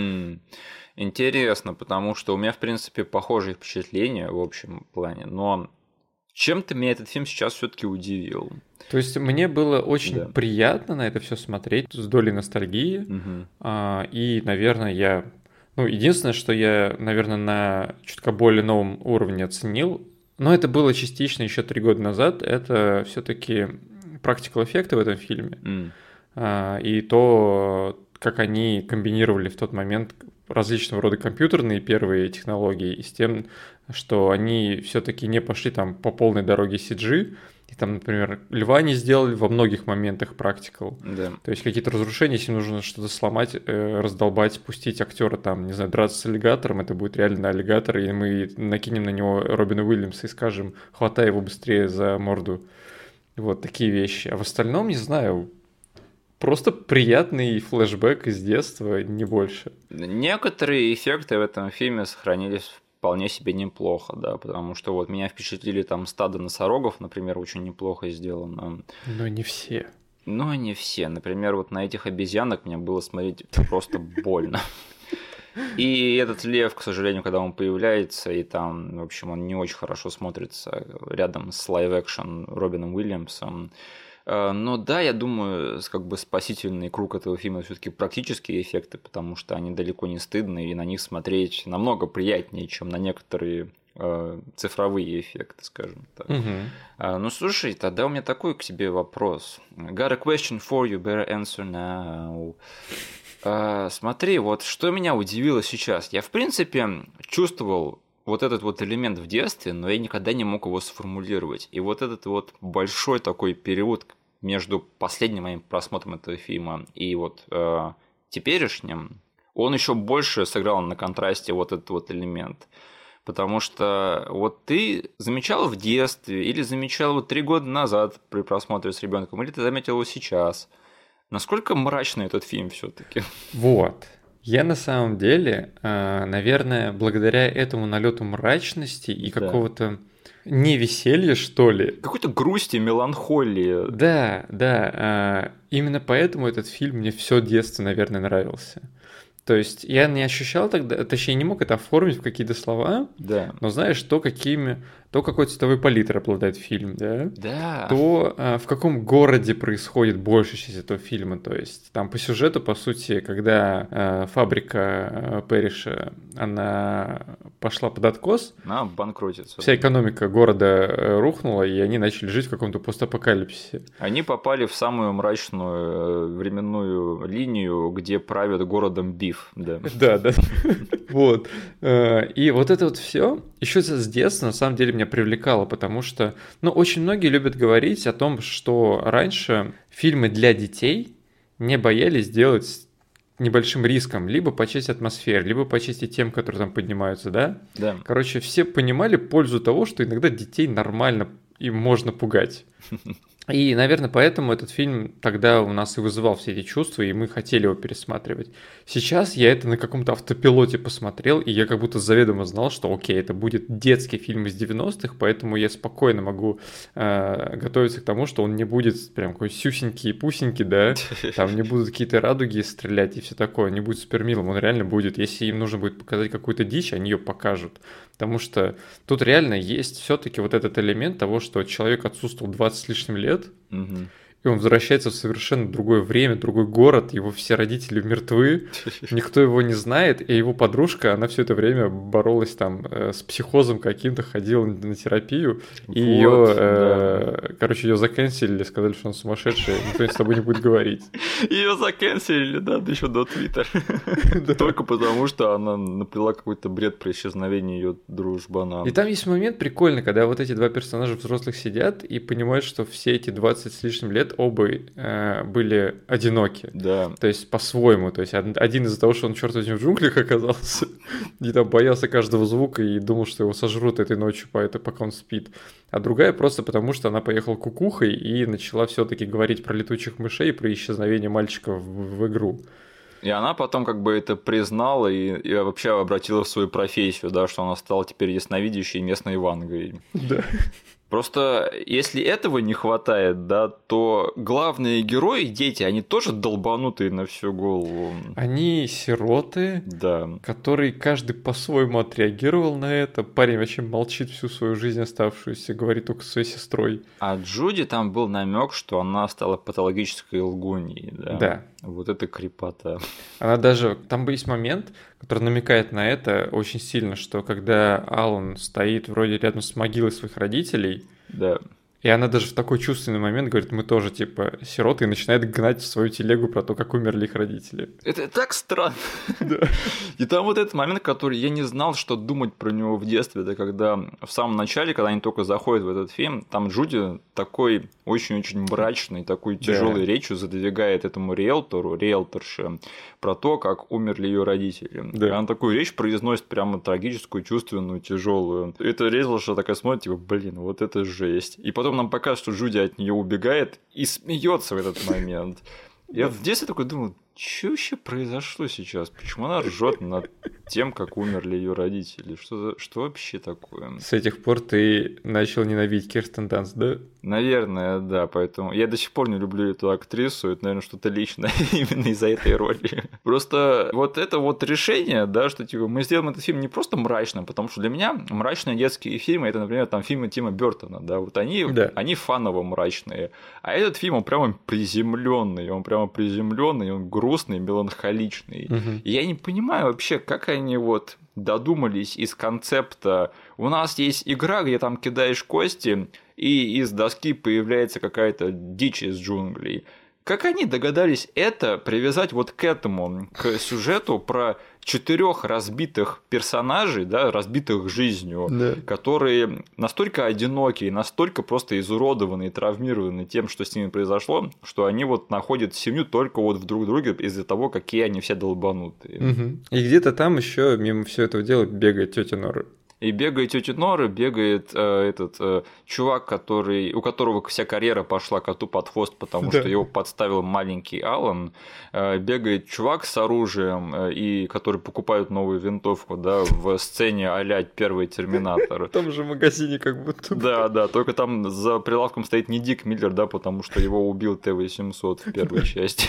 Интересно, потому что у меня, в принципе, похожие впечатления в общем плане, но чем-то меня этот фильм сейчас все-таки удивил. То есть мне было очень приятно на это все смотреть с долей ностальгии, и, наверное, единственное, что я, наверное, на чутка более новом уровне оценил, но это было частично еще 3 года назад, это все-таки practical эффекты в этом фильме. И то, как они комбинировали в тот момент различного рода компьютерные первые технологии, и с тем, что они все-таки не пошли там по полной дороге CG, и там, например, льва не сделали во многих моментах практикал. Да. То есть какие-то разрушения, если нужно что-то сломать, раздолбать, пустить актера там, не знаю, драться с аллигатором, это будет реально аллигатор, и мы накинем на него Робина Уильямса и скажем, хватай его быстрее за морду. Вот такие вещи. А в остальном, не знаю, просто приятный флешбэк из детства, не больше. Некоторые эффекты в этом фильме сохранились вполне себе неплохо, да, потому что вот меня впечатлили там стадо носорогов, например, очень неплохо сделано. Но не все. Но не все. Например, вот на этих обезьянок мне было смотреть просто больно. И этот лев, к сожалению, когда он появляется, и там, в общем, он не очень хорошо смотрится рядом с лайв-экшн Робином Уильямсом. Но да, я думаю, как бы спасительный круг этого фильма все-таки практические эффекты, потому что они далеко не стыдны, и на них смотреть намного приятнее, чем на некоторые цифровые эффекты, скажем так. Ну слушай, тогда у меня такой к тебе вопрос. Got a question for you, better answer now. Смотри, вот что меня удивило сейчас. Я, в принципе, чувствовал вот этот вот элемент в детстве, но я никогда не мог его сформулировать. И вот этот вот большой такой период между последним моим просмотром этого фильма и вот теперешним, он еще больше сыграл на контрасте вот этот вот элемент. Потому что вот ты замечал в детстве или замечал вот 3 года назад при просмотре с ребенком, или ты заметил его сейчас. Насколько мрачный этот фильм все-таки? Вот. Я на самом деле, наверное, благодаря этому налету мрачности и какого-то невеселья, что ли. Какой-то грусти, меланхолии. Да. Именно поэтому этот фильм мне все детство, наверное, нравился. То есть я не ощущал тогда, точнее, не мог это оформить в какие-то слова, но знаешь, то какой цветовой палитрой обладает фильм, то в каком городе происходит большая часть этого фильма. То есть там по сюжету, по сути, когда фабрика Пэриша, она пошла под откос, она банкротится. Вся экономика города рухнула, и они начали жить в каком-то постапокалипсисе. Они попали в самую мрачную временную линию, где правят городом Биф. Да. Вот. И вот это вот все еще с детства на самом деле меня привлекало, потому что, очень многие любят говорить о том, что раньше фильмы для детей не боялись делать небольшим риском, либо по части атмосферы, либо по части тем, которые там поднимаются, да? Да. Короче, все понимали пользу того, что иногда детей нормально им можно пугать. И, наверное, поэтому этот фильм тогда у нас и вызывал все эти чувства, и мы хотели его пересматривать. Сейчас я это на каком-то автопилоте посмотрел, и я как будто заведомо знал, что окей, это будет детский фильм из 90-х, поэтому я спокойно могу готовиться к тому, что он не будет прям какой сюсенький и пусенький, да, там не будут какие-то радуги стрелять и все такое, не будет супермилым, он реально будет, если им нужно будет показать какую-то дичь, они ее покажут. Потому что тут реально есть все-таки вот этот элемент того, что человек отсутствовал 20 с лишним лет, и он возвращается в совершенно другое время, другой город, его все родители мертвы, никто его не знает, и его подружка, она все это время боролась там с психозом каким-то, ходила на терапию, и ее заканцелили, сказали, что она сумасшедшая, никто с тобой не будет говорить. Ее заканцелили, да, еще до Твиттера. Только потому, что она наплела какой-то бред про исчезновение ее дружбана. И там есть момент прикольный, когда вот эти два персонажа взрослых сидят и понимают, что все эти 20 с лишним лет оба были одиноки. Да. То есть по-своему. То есть один из-за того, что он, черт возьми, в джунглях оказался, и там боялся каждого звука и думал, что его сожрут этой ночью, пока он спит. А другая просто потому, что она поехала кукухой и начала все-таки говорить про летучих мышей, про исчезновение мальчика в игру. И она потом как бы это признала и вообще обратила в свою профессию, да, что она стала теперь ясновидящей местной Вангой. Да. Просто если этого не хватает, да, то главные герои, дети, они тоже долбанутые на всю голову. Они сироты, да, которые каждый по-своему отреагировал на это. Парень вообще молчит всю свою жизнь оставшуюся, говорит только со своей сестрой. А Джуди там был намек, что она стала патологической лгуньей, да. Да. Вот это крепота. Она даже... Там есть момент, который намекает на это очень сильно, что когда Алан стоит вроде рядом с могилой своих родителей, да, И она даже в такой чувственный момент говорит, мы тоже, типа, сироты, и начинает гнать в свою телегу про то, как умерли их родители. Это так странно. И там вот этот момент, который я не знал, что думать про него в детстве, это когда в самом начале, когда они только заходят в этот фильм, там Джуди такой очень-очень мрачный, такой тяжелой речью задвигает этому риэлторше, про то, как умерли ее родители. И она такую речь произносит прямо трагическую, чувственную, тяжелую. Это риэлторша такая смотрит, типа, блин, вот это жесть. И потом нам покажут, что Джуди от нее убегает и смеется в этот момент. Я в детстве такой думал, что вообще произошло сейчас? Почему она ржет над тем, как умерли ее родители? Что вообще такое? С этих пор ты начал ненавидеть Кирстен Данст, да? Наверное, да, поэтому я до сих пор не люблю эту актрису, это, наверное, что-то личное именно из-за этой роли. Просто вот это вот решение, да, что типа мы сделаем этот фильм не просто мрачным, потому что для меня мрачные детские фильмы, это, например, там фильмы Тима Бёртона, да, вот они фаново мрачные, а этот фильм, он прямо приземленный, он грустный, меланхоличный. И я не понимаю вообще, как они вот додумались из концепта. У нас есть игра, где там кидаешь кости, и из доски появляется какая-то дичь из джунглей. Как они догадались это привязать вот к этому, к сюжету про 4 разбитых персонажей, да, разбитых жизнью, которые настолько одинокие, настолько просто изуродованы и травмированы тем, что с ними произошло, что они вот находят семью только вот в друг друге из-за того, какие они все долбанутые. И где-то там еще мимо всего этого дела бегает тетя Нора. И бегает тетя Нора, бегает чувак, у которого вся карьера пошла коту под хвост, потому что его подставил маленький Алан. Бегает чувак с оружием, и который покупает новую винтовку, да, в сцене а-ля первый Терминатор. В том же магазине как будто. Да, только там за прилавком стоит не Дик Миллер, да, потому что его убил Т-800 в первой части.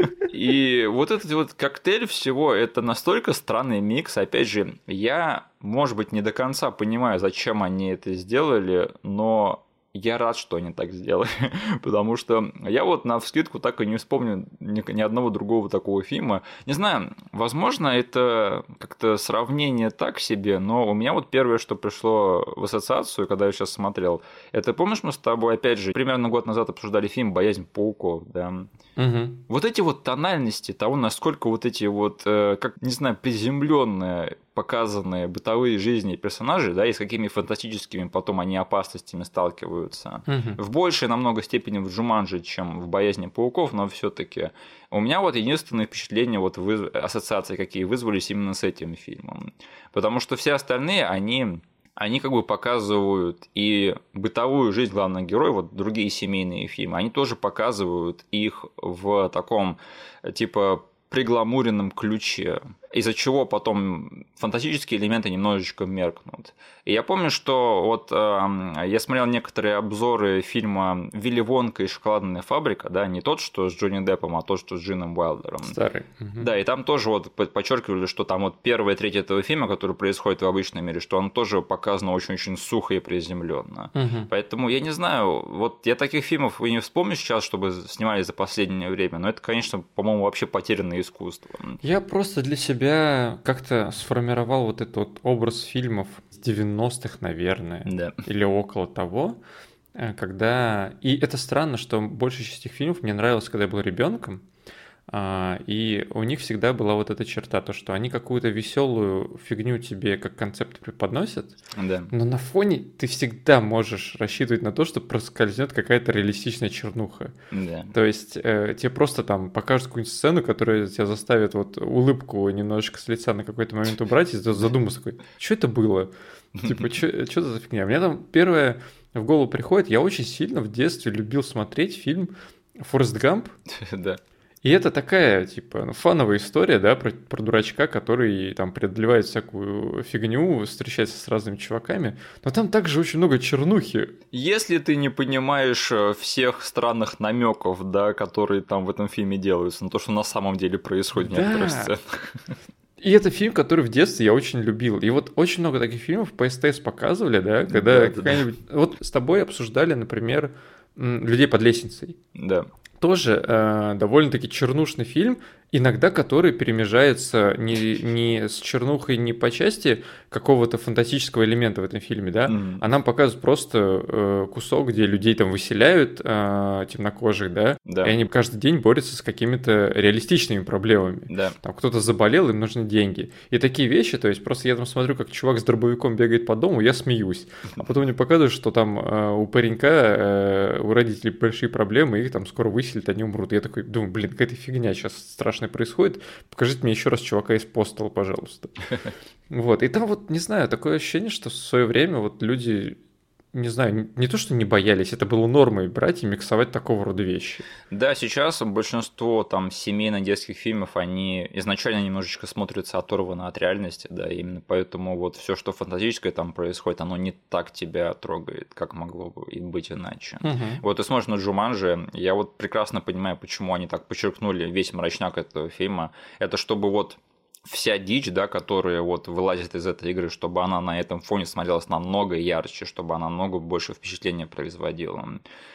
И вот этот вот коктейль всего, это настолько странный микс. Опять же, я, может быть, не до конца понимаю, зачем они это сделали, но я рад, что они так сделали, потому что я вот навскидку так и не вспомню ни одного другого такого фильма. Не знаю, возможно, это как-то сравнение так себе, но у меня вот первое, что пришло в ассоциацию, когда я сейчас смотрел, это, помнишь, мы с тобой, опять же, примерно год назад обсуждали фильм «Боязнь пауков», да? Вот эти вот тональности того, насколько вот эти вот, как, не знаю, приземленные показанные бытовые жизни персонажей, да, и с какими фантастическими потом они опасностями сталкиваются. В большей намного степени в «Джуманджи», чем в «Боязни пауков», но все-таки у меня вот единственное впечатление, вот ассоциации какие вызвались именно с этим фильмом. Потому что все остальные, они как бы показывают и бытовую жизнь главных героев, вот другие семейные фильмы, они тоже показывают их в таком, типа, пригламуренном ключе, из-за чего потом фантастические элементы немножечко меркнут. И я помню, что вот я смотрел некоторые обзоры фильма «Вилли Вонка и шоколадная фабрика», да, не тот, что с Джонни Деппом, а тот, что с Джином Уайлдером. Старый. Да, и там тоже вот подчеркивали, что там вот первая треть этого фильма, который происходит в обычном мире, что он тоже показано очень-очень сухо и приземленно. Поэтому я не знаю, вот я таких фильмов и не вспомню сейчас, чтобы снимали за последнее время, но это, конечно, по-моему, вообще потерянное искусство. Я просто для себя как-то сформировал вот этот вот образ фильмов с 90-х, наверное, или около того, когда... И это странно, что большая часть этих фильмов мне нравилась, когда я был ребенком, и у них всегда была вот эта черта, то, что они какую-то веселую фигню тебе как концепт преподносят, но на фоне ты всегда можешь рассчитывать на то, что проскользнет какая-то реалистичная чернуха. То есть тебе просто там покажут какую-нибудь сцену, которая тебя заставит вот улыбку немножечко с лица на какой-то момент убрать и задуматься, что это было? Типа, что это за фигня? Мне там первое в голову приходит, я очень сильно в детстве любил смотреть фильм «Форрест Гамп». И это такая, типа, фановая история, да, про дурачка, который там преодолевает всякую фигню, встречается с разными чуваками, но там также очень много чернухи. Если ты не понимаешь всех странных намеков, да, которые там в этом фильме делаются, на то, что на самом деле происходит в некоторых сценах. И это фильм, который в детстве я очень любил. И вот очень много таких фильмов по СТС показывали, да, когда какая-нибудь... Вот с тобой обсуждали, например, «Людей под лестницей». Да. Тоже довольно-таки чернушный фильм, иногда который перемежается не с чернухой, не по части какого-то фантастического элемента в этом фильме, да, а нам показывают просто кусок, где людей там выселяют, темнокожих, да, и они каждый день борются с какими-то реалистичными проблемами. Да. Там кто-то заболел, им нужны деньги. И такие вещи, то есть просто я там смотрю, как чувак с дробовиком бегает по дому, я смеюсь. А потом мне показывают, что там у паренька, у родителей большие проблемы, их там скоро выселят, они умрут. И я такой думаю, блин, какая-то фигня сейчас страшная происходит. Покажите мне еще раз чувака из Постала, пожалуйста. Вот. И там вот, не знаю, такое ощущение, что в свое время вот люди... Не знаю, не то, что не боялись, это было нормой брать и миксовать такого рода вещи. Да, сейчас большинство там семейно-детских фильмов, они изначально немножечко смотрятся оторванно от реальности, да, именно поэтому вот все, что фантастическое там происходит, оно не так тебя трогает, как могло бы и быть иначе. Вот ты смотришь на Джуманджи, я вот прекрасно понимаю, почему они так подчеркнули весь мрачняк этого фильма, это чтобы вот вся дичь, да, которая вот вылазит из этой игры, чтобы она на этом фоне смотрелась намного ярче, чтобы она намного больше впечатления производила.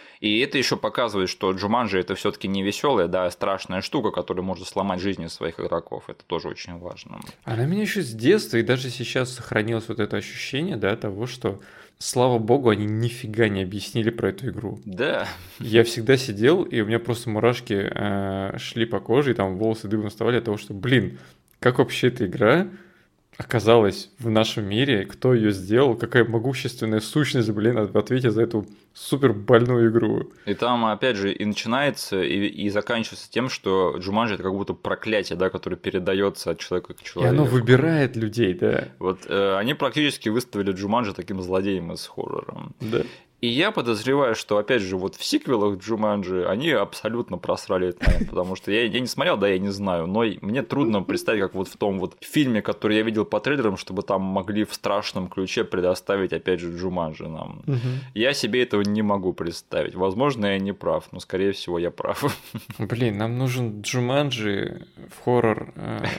И это еще показывает, что Джуманджи это все-таки не веселая, да, страшная штука, которая может сломать жизни своих игроков. Это тоже очень важно. Она меня еще с детства и даже сейчас сохранилось вот это ощущение, да, того, что слава богу, они нифига не объяснили про эту игру. Да. Я всегда сидел, и у меня просто мурашки шли по коже, и там волосы дыбом вставали от того, что, блин, как вообще эта игра оказалась в нашем мире, кто ее сделал, какая могущественная сущность, блин, в ответе за эту супер больную игру. И там, опять же, и начинается, и заканчивается тем, что Джуманджи это как будто проклятие, да, которое передается от человека к человеку. И оно выбирает людей, да. Вот они практически выставили Джуманджи таким злодеем из хоррора. Да. И я подозреваю, что, опять же, вот в сиквелах Джуманджи они абсолютно просрали этот момент, потому что я не смотрел, да, я не знаю, но мне трудно представить, как вот в том вот фильме, который я видел по трейлерам, чтобы там могли в страшном ключе предоставить, опять же, Джуманджи нам. Я себе этого не могу представить. Возможно, я не прав, но, скорее всего, я прав. Блин, нам нужен Джуманджи в хоррор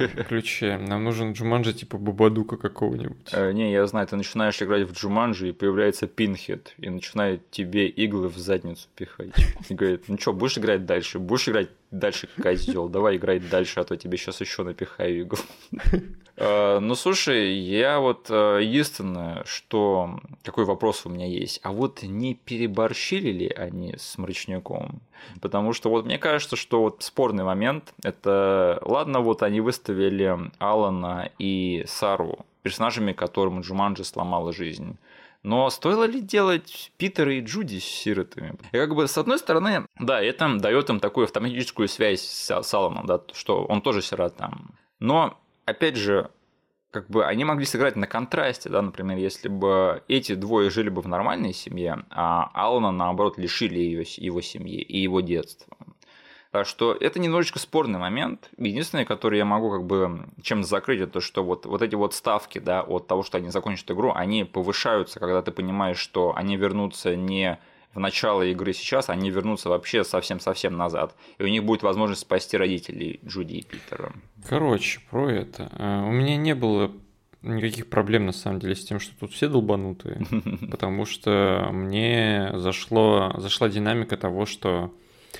ключе. Нам нужен Джуманджи типа Бабадука какого-нибудь. Не, я знаю, ты начинаешь играть в Джуманджи, и появляется Пинхед, и начинает тебе иглы в задницу пихать. И говорит, ну что, будешь играть дальше? Будешь играть дальше, козел? Давай играй дальше, а то тебе сейчас еще напихаю игл. Ну, слушай, я вот единственное, что... Какой вопрос у меня есть. А вот не переборщили ли они с Мрачняком? Потому что вот мне кажется, что вот спорный момент, это... Ладно, вот они выставили Алана и Сару персонажами, которым Джуманджи сломала жизнь. Но стоило ли делать Питера и Джуди с сиротами? И как бы, с одной стороны, да, это дает им такую автоматическую связь с Аланом, да, что он тоже сирота. Но, опять же, как бы они могли сыграть на контрасте, да, например, если бы эти двое жили бы в нормальной семье, а Алана, наоборот, лишили его семьи и его детства. Так что это немножечко спорный момент. Единственное, который я могу как бы чем закрыть, это что вот эти вот ставки, да, от того, что они закончат игру, они повышаются, когда ты понимаешь, что они вернутся не в начало игры сейчас, они вернутся вообще совсем-совсем назад. И у них будет возможность спасти родителей Джуди и Питера. Короче, про это. У меня не было никаких проблем, на самом деле, с тем, что тут все долбанутые, потому что мне зашла динамика того, что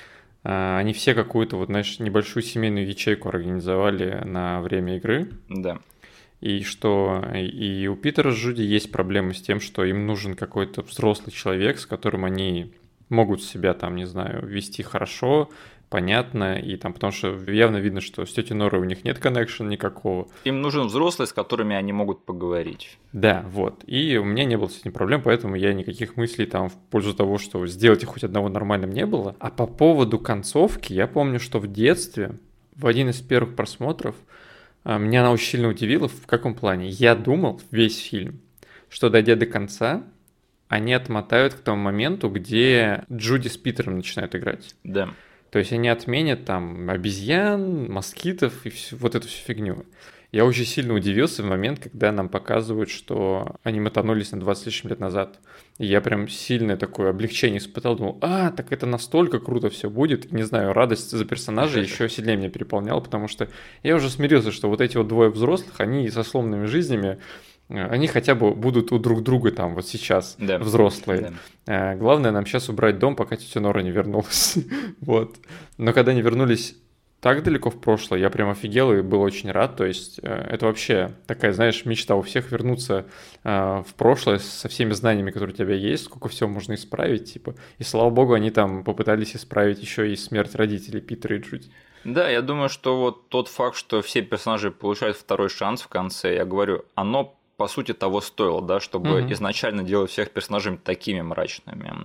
они все какую-то, вот, знаешь, небольшую семейную ячейку организовали на время игры. Да. И что и у Питера с Джуди есть проблемы с тем, что им нужен какой-то взрослый человек, с которым они могут себя там, не знаю, вести хорошо, понятно, и там, потому что явно видно, что с тетей Норой у них нет коннекшена никакого. Им нужен взрослый, с которыми они могут поговорить. Да, вот. И у меня не было с этим проблем, поэтому я никаких мыслей там в пользу того, что сделать хоть одного нормальным, не было. А по поводу концовки, я помню, что в детстве, в один из первых просмотров, меня она очень сильно удивила. В каком плане? Я думал весь фильм, что, дойдя до конца, они отмотают к тому моменту, где Джуди с Питером начинают играть. Да. То есть они отменят там обезьян, москитов и вот эту всю фигню. Я очень сильно удивился в момент, когда нам показывают, что они мотанулись на 20 с лишним лет назад. И я прям сильное такое облегчение испытал. Думал, так это настолько круто все будет. И, не знаю, радость за персонажа еще сильнее меня переполняла, потому что я уже смирился, что вот эти вот двое взрослых, они со сломанными жизнями, они хотя бы будут у друг друга там вот сейчас, да, взрослые. Да. Главное нам сейчас убрать дом, пока тетя Нора не вернулась. Вот. Но когда они вернулись так далеко в прошлое, я прям офигел и был очень рад. То есть это вообще такая, знаешь, мечта у всех вернуться в прошлое со всеми знаниями, которые у тебя есть, сколько всего можно исправить, типа. И слава богу, они там попытались исправить еще и смерть родителей Питера и Джуди. Да, я думаю, что вот тот факт, что все персонажи получают второй шанс в конце, я говорю, оно по сути того стоило, да, чтобы изначально делать всех персонажей такими мрачными.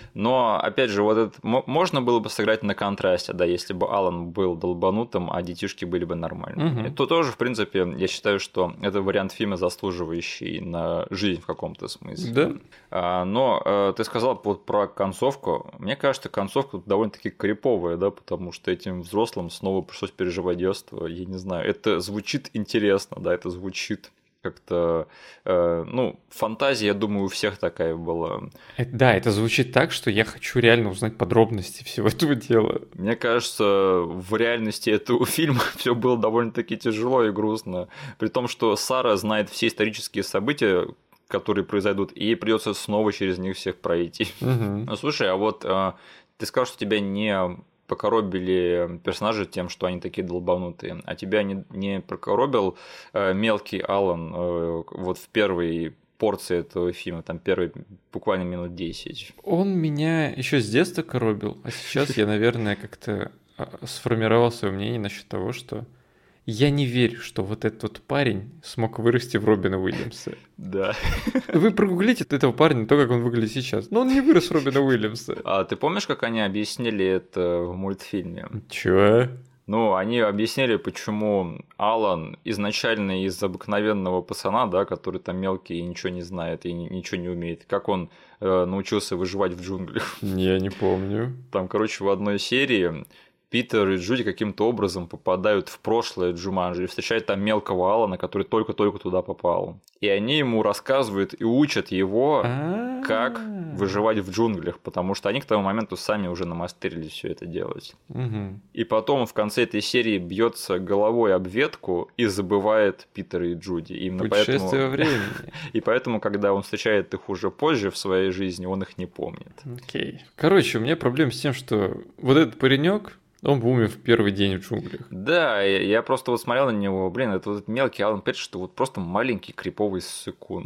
Но, опять же, вот это можно было бы сыграть на контрасте, да, если бы Алан был долбанутым, а детишки были бы нормальными. То тоже, в принципе, я считаю, что это вариант фильма, заслуживающий на жизнь в каком-то смысле. Да. Но ты сказал вот про концовку. Мне кажется, концовка довольно-таки криповая, да, потому что этим взрослым снова пришлось переживать детство. Я не знаю, это звучит интересно, да, это звучит как-то, фантазия, я думаю, у всех такая была. Да, это звучит так, что я хочу реально узнать подробности всего этого дела. Мне кажется, в реальности этого фильма все было довольно-таки тяжело и грустно. При том, что Сара знает все исторические события, которые произойдут, и ей придется снова через них всех пройти. Ну, слушай, а вот ты сказал, что тебя не покоробили персонажи тем, что они такие долбанутые, а тебя не прокоробил мелкий Алан вот в первой порции этого фильма, там первые буквально минут 10? Он меня еще с детства коробил, а сейчас я, наверное, как-то сформировал свое мнение насчет того, что я не верю, что вот этот вот парень смог вырасти в Робина Уильямса. Да. Вы прогуглите этого парня, то, как он выглядит сейчас. Но он не вырос в Робина Уильямса. А ты помнишь, как они объяснили это в мультфильме? Чего? Ну, они объяснили, почему Алан изначально из обыкновенного пацана, да, который там мелкий и ничего не знает и ничего не умеет, как он научился выживать в джунглях. Я не помню. Там, короче, в одной серии Питер и Джуди каким-то образом попадают в прошлое Джуманджи и встречают там мелкого Алана, который только-только туда попал. И они ему рассказывают и учат его, как выживать в джунглях, потому что они к тому моменту сами уже намастерили все это делать. И потом в конце этой серии бьется головой об ветку и забывает Питера и Джуди. Именно путешествие во времени. И поэтому, когда он встречает их уже позже в своей жизни, он их не помнит. Окей. Короче, у меня проблема с тем, что вот этот паренек, он бы умер в первый день в джунглях. Да, я просто вот смотрел на него, блин, это вот мелкий Алан Пейдж, что вот просто маленький криповый ссыкун.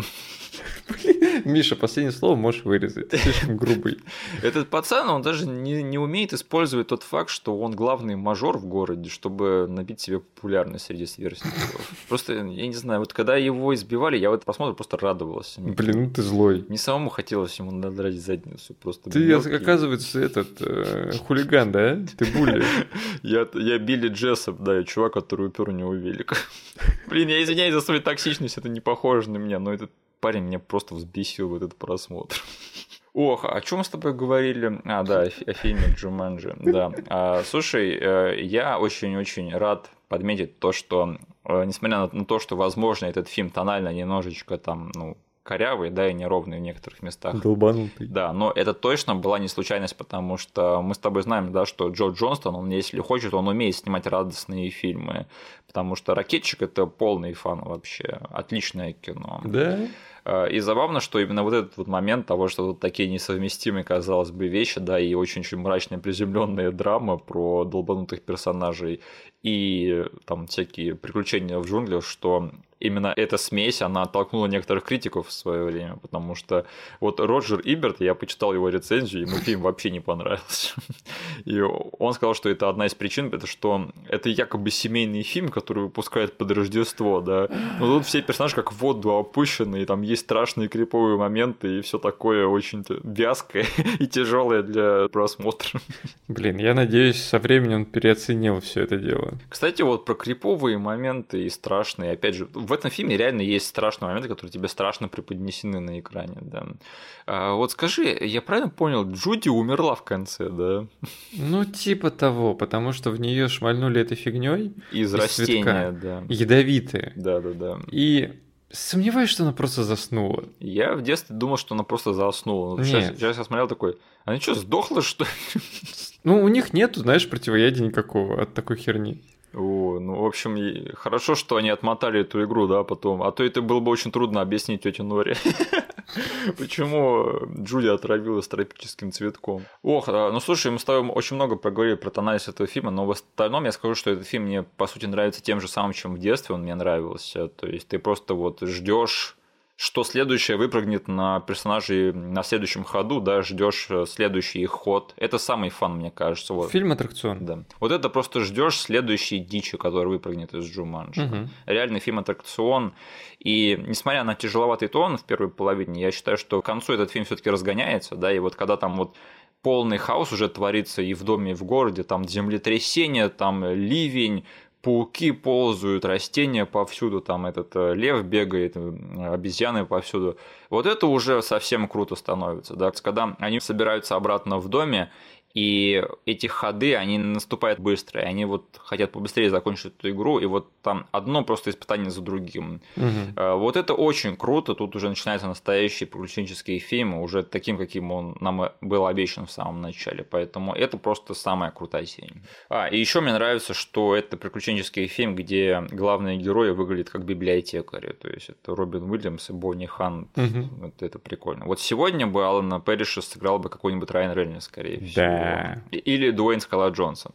Миша, последнее слово можешь вырезать, ты слишком грубый. Этот пацан, он даже не умеет использовать тот факт, что он главный мажор в городе, чтобы набить себе популярность среди сверстников. Просто, я не знаю, вот когда его избивали, я в этот просмотр просто радовался. Блин, ну ты злой. Не самому хотелось ему надрать задницу. Просто ты, мелкий. Оказывается, хулиган, да? Ты булли. Я Билли Джессоп, да, я чувак, который упер у него велик. Блин, я извиняюсь за свою токсичность, это не похоже на меня, но этот парень меня просто взбесил в этот просмотр. Ох, о чем мы с тобой говорили? Да, о фильме Джуманджи. Да. Слушай, я очень-очень рад подметить то, что, несмотря на то, что, возможно, этот фильм тонально немножечко там, корявый, да, и неровный в некоторых местах. Долбанутый. Да, но это точно была не случайность, потому что мы с тобой знаем, да, что Джо Джонстон, он, если хочет, он умеет снимать радостные фильмы, потому что «Ракетчик» — это полный фан вообще, отличное кино. Да? И забавно, что именно вот этот вот момент того, что вот такие несовместимые, казалось бы, вещи, да, и очень-очень мрачная приземленная драма про долбанутых персонажей и там всякие приключения в джунглях, что именно эта смесь, она оттолкнула некоторых критиков в свое время, потому что вот Роджер Иберт, я почитал его рецензию, ему фильм вообще не понравился. И он сказал, что это одна из причин, это что это якобы семейный фильм, который выпускают под Рождество, да. Но тут все персонажи как в воду опущены, и там есть страшные криповые моменты, и все такое очень вязкое и тяжелое для просмотра. Блин, я надеюсь, со временем он переоценил все это дело. Кстати, вот про криповые моменты и страшные, опять же, в этом фильме реально есть страшные моменты, которые тебе страшно преподнесены на экране, да. Вот скажи, я правильно понял, Джуди умерла в конце, да? Ну, типа того, потому что в нее шмальнули этой фигней из растения, цветка, да. Ядовитые. Да. И сомневаюсь, что она просто заснула. Я в детстве думал, что она просто заснула. Сейчас я смотрел такой, она что, сдохла, что ли? Ну, у них нету, знаешь, противоядия никакого от такой херни. Ну, в общем, хорошо, что они отмотали эту игру, да, потом. А то это было бы очень трудно объяснить тете Норе. Почему Джуди отравилась тропическим цветком? Ну слушай, мы с тобой очень много проговорили про анализ этого фильма, но в остальном я скажу, что этот фильм мне, по сути, нравится тем же самым, чем в детстве он мне нравился. То есть ты просто вот ждешь, что следующее выпрыгнет на персонажей на следующем ходу, да, ждешь следующий их ход. Это самый фан, мне кажется. Вот. Фильм-аттракцион. Да. Вот это просто ждешь следующей дичи, которая выпрыгнет из Джуманджи. Реальный фильм-аттракцион. И несмотря на тяжеловатый тон в первой половине, я считаю, что к концу этот фильм все-таки разгоняется, да, и вот когда там вот полный хаос уже творится и в доме, и в городе, там землетрясение, там ливень, пауки ползают, растения повсюду, там этот лев бегает, обезьяны повсюду. Вот это уже совсем круто становится, да, когда они собираются обратно в доме, и эти ходы, они наступают быстро, и они вот хотят побыстрее закончить эту игру, и вот там одно просто испытание за другим. Вот это очень круто, тут уже начинается настоящий приключенческий фильм, уже таким, каким он нам был обещан в самом начале, поэтому это просто самая крутая серия. И еще мне нравится, что это приключенческий фильм, где главные герои выглядят как библиотекари, то есть это Робин Уильямс и Бонни Хант, вот это прикольно. Вот сегодня бы Алана Пэриша сыграл бы какой-нибудь Райан Рейнольдс, скорее всего. Да. Или Дуэйн Скала Джонсон.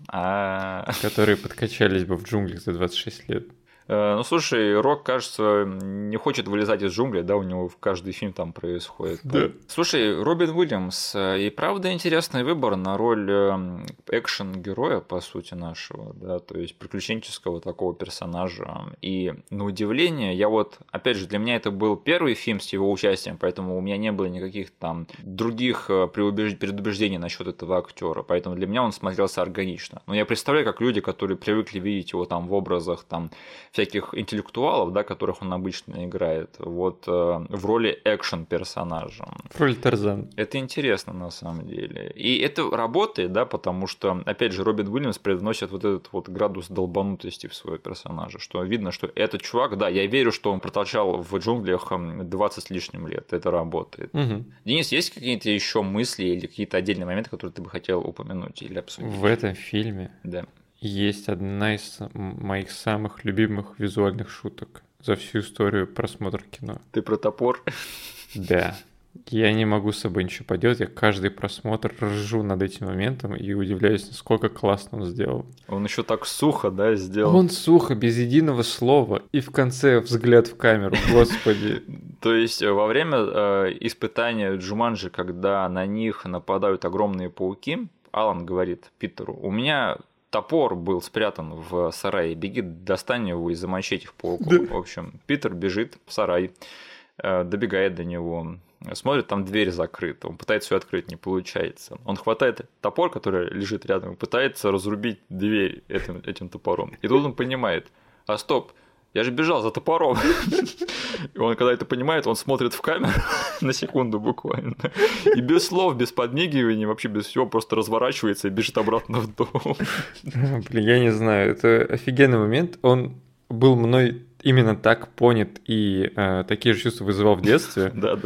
Которые подкачались бы в джунглях за 26 лет. Ну, слушай, Рок, кажется, не хочет вылезать из джунглей, да, у него в каждый фильм там происходит. Да. Слушай, Робин Уильямс, и правда интересный выбор на роль экшен-героя, по сути, нашего, да, то есть приключенческого такого персонажа. И на удивление, я вот, опять же, для меня это был первый фильм с его участием, поэтому у меня не было никаких там других предубеждений насчет этого актера, поэтому для меня он смотрелся органично. Но я представляю, как люди, которые привыкли видеть его там в образах там всяких интеллектуалов, да, которых он обычно играет, вот в роли экшен-персонажа. В роли Тарзана. Это интересно на самом деле. И это работает, да, потому что, опять же, Робин Уильямс привносит вот этот вот градус долбанутости в своего персонажа, что видно, что этот чувак, да, я верю, что он проторчал в джунглях 20 с лишним лет, это работает. Денис, есть какие-то еще мысли или какие-то отдельные моменты, которые ты бы хотел упомянуть или обсудить? В этом фильме да. Есть одна из моих самых любимых визуальных шуток за всю историю просмотра кино. Ты про топор? Да. Я не могу с собой ничего поделать. Я каждый просмотр ржу над этим моментом и удивляюсь, насколько классно он сделал. Он еще так сухо, да, сделал? Он сухо, без единого слова. И в конце взгляд в камеру, господи. То есть во время испытания Джуманджи, когда на них нападают огромные пауки, Алан говорит Питеру: у меня топор был спрятан в сарае, беги, достань его и замочи этих пауков. Да. В общем, Питер бежит в сарай, добегает до него, смотрит, там дверь закрыта, он пытается ее открыть, не получается. Он хватает топор, который лежит рядом, и пытается разрубить дверь этим топором. И тут он понимает: а стоп, я же бежал за топором. И он, когда это понимает, он смотрит в камеру на секунду буквально. И без слов, без подмигиваний, вообще без всего, просто разворачивается и бежит обратно в дом. Блин, я не знаю, это офигенный момент. Он был мной именно так понят и такие же чувства вызывал в детстве. Да.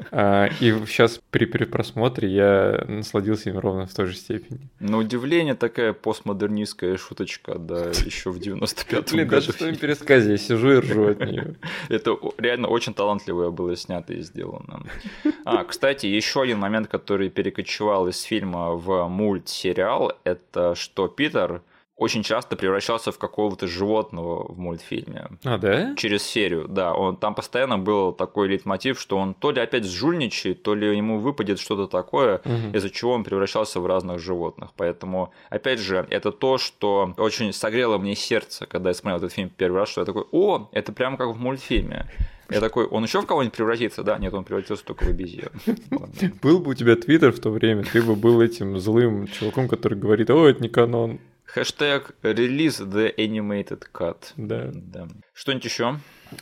И сейчас при перепросмотре я насладился им ровно в той же степени. На удивление, такая постмодернистская шуточка, да, еще в 95-м году. Блин, даже в твоем пересказе я сижу и ржу от нее. Это реально очень талантливое было снято и сделано. Кстати, еще один момент, который перекочевал из фильма в мультсериал, это что Питер очень часто превращался в какого-то животного в мультфильме. Да? Через серию, да. Там постоянно был такой лейтмотив, что он то ли опять сжульничает, то ли ему выпадет что-то такое, из-за чего он превращался в разных животных. Поэтому, опять же, это то, что очень согрело мне сердце, когда я смотрел этот фильм первый раз, что я такой: о, это прям как в мультфильме. Я такой: он еще в кого-нибудь превратится? Да, нет, он превратился только в обезьяну. Был бы у тебя твиттер в то время, ты бы был этим злым чуваком, который говорит: о, это не канон. Хэштег release the animated cut. Да. Что-нибудь еще?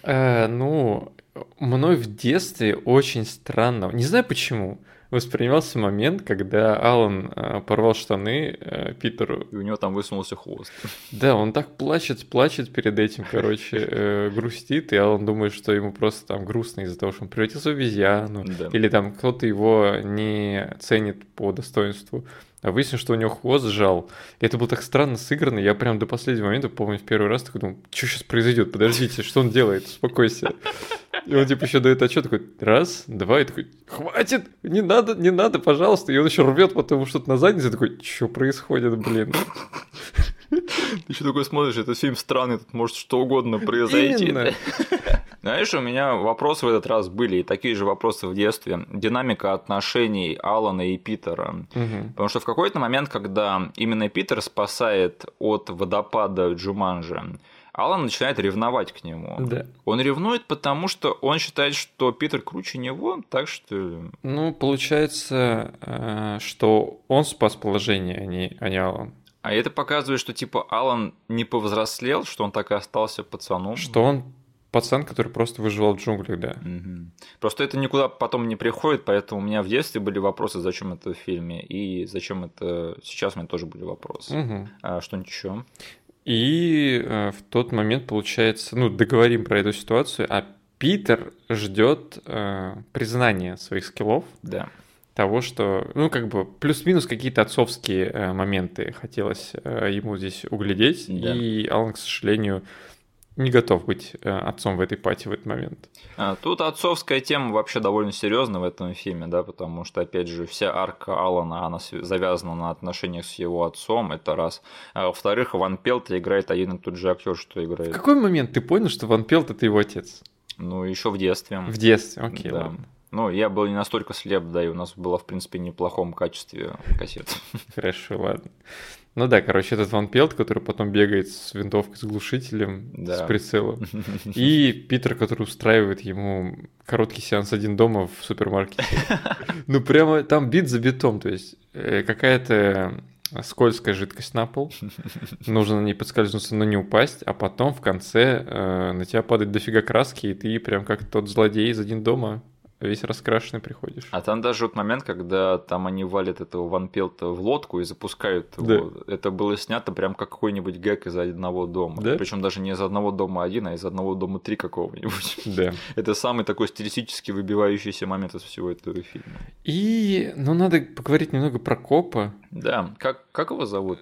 Мной в детстве очень странно, не знаю почему, воспринимался момент, когда Алан порвал штаны Питеру. И у него там высунулся хвост. Да, он так плачет перед этим, грустит, и Алан думает, что ему просто там грустно из-за того, что он превратился в обезьяну, или там кто-то его не ценит по достоинству. а выяснилось, что у него хвост сжал. И это было так странно сыграно, я прям до последнего момента, помню, в первый раз такой думал, что сейчас произойдет, подождите, что он делает, успокойся. И он типа еще дает отчет, такой, раз, два, и такой, хватит, не надо, пожалуйста. И он еще рвет потом что-то на заднице, такой, что происходит, блин. Ты еще такой смотришь, этот фильм странный, тут может что угодно произойти. Именно. Знаешь, у меня вопросы в этот раз были, и такие же вопросы в детстве. Динамика отношений Алана и Питера. Потому что в какой-то момент, когда именно Питер спасает от водопада Джуманджи, Алан начинает ревновать к нему. Да. Он ревнует, потому что он считает, что Питер круче него, так что... Ну, получается, что он спас положение, а не Алан. А это показывает, что типа Алан не повзрослел, что он так и остался пацаном. Что он пацан, который просто выживал в джунглях, да. Угу. Просто это никуда потом не приходит, поэтому у меня в детстве были вопросы, зачем это в фильме, и зачем это сейчас у меня тоже были вопросы. Угу. А что-нибудь еще? И в тот момент, получается, договорим про эту ситуацию, а Питер ждет признания своих скиллов. Да. Того, что, плюс-минус какие-то отцовские моменты хотелось ему здесь углядеть, да. И Алан, к сожалению, не готов быть отцом в этой пати в этот момент. Тут отцовская тема вообще довольно серьезная в этом фильме, да, потому что, опять же, вся арка Алана, она завязана на отношениях с его отцом, это раз. А во-вторых, Ван Пелт играет один и тот же актер, что играет. В какой момент ты понял, что Ван Пелт — это его отец? Ну, еще в детстве. В детстве, окей, да. Ладно. Ну, я был не настолько слеп, да, и у нас была, в принципе, в неплохом качестве кассета. Хорошо, ладно. Ну да, короче, этот Ван Пелт, который потом бегает с винтовкой, с глушителем, да. С прицелом. И Питер, который устраивает ему короткий сеанс один дома в супермаркете. Ну, прямо там бит за битом, то есть какая-то скользкая жидкость на пол, нужно на ней подскользнуться, но не упасть, а потом в конце на тебя падает дофига краски, и ты прям как тот злодей из один дома весь раскрашенный приходишь. А там даже вот момент, когда там они валят этого Ван Пелта в лодку и запускают его. Да. Это было снято прям как какой-нибудь гэг из одного дома. Да? Причем даже не из одного дома один, а из одного дома 3 какого-нибудь. Да. Это самый такой стилистически выбивающийся момент из всего этого фильма. И, надо поговорить немного про копа. Да. Как его зовут?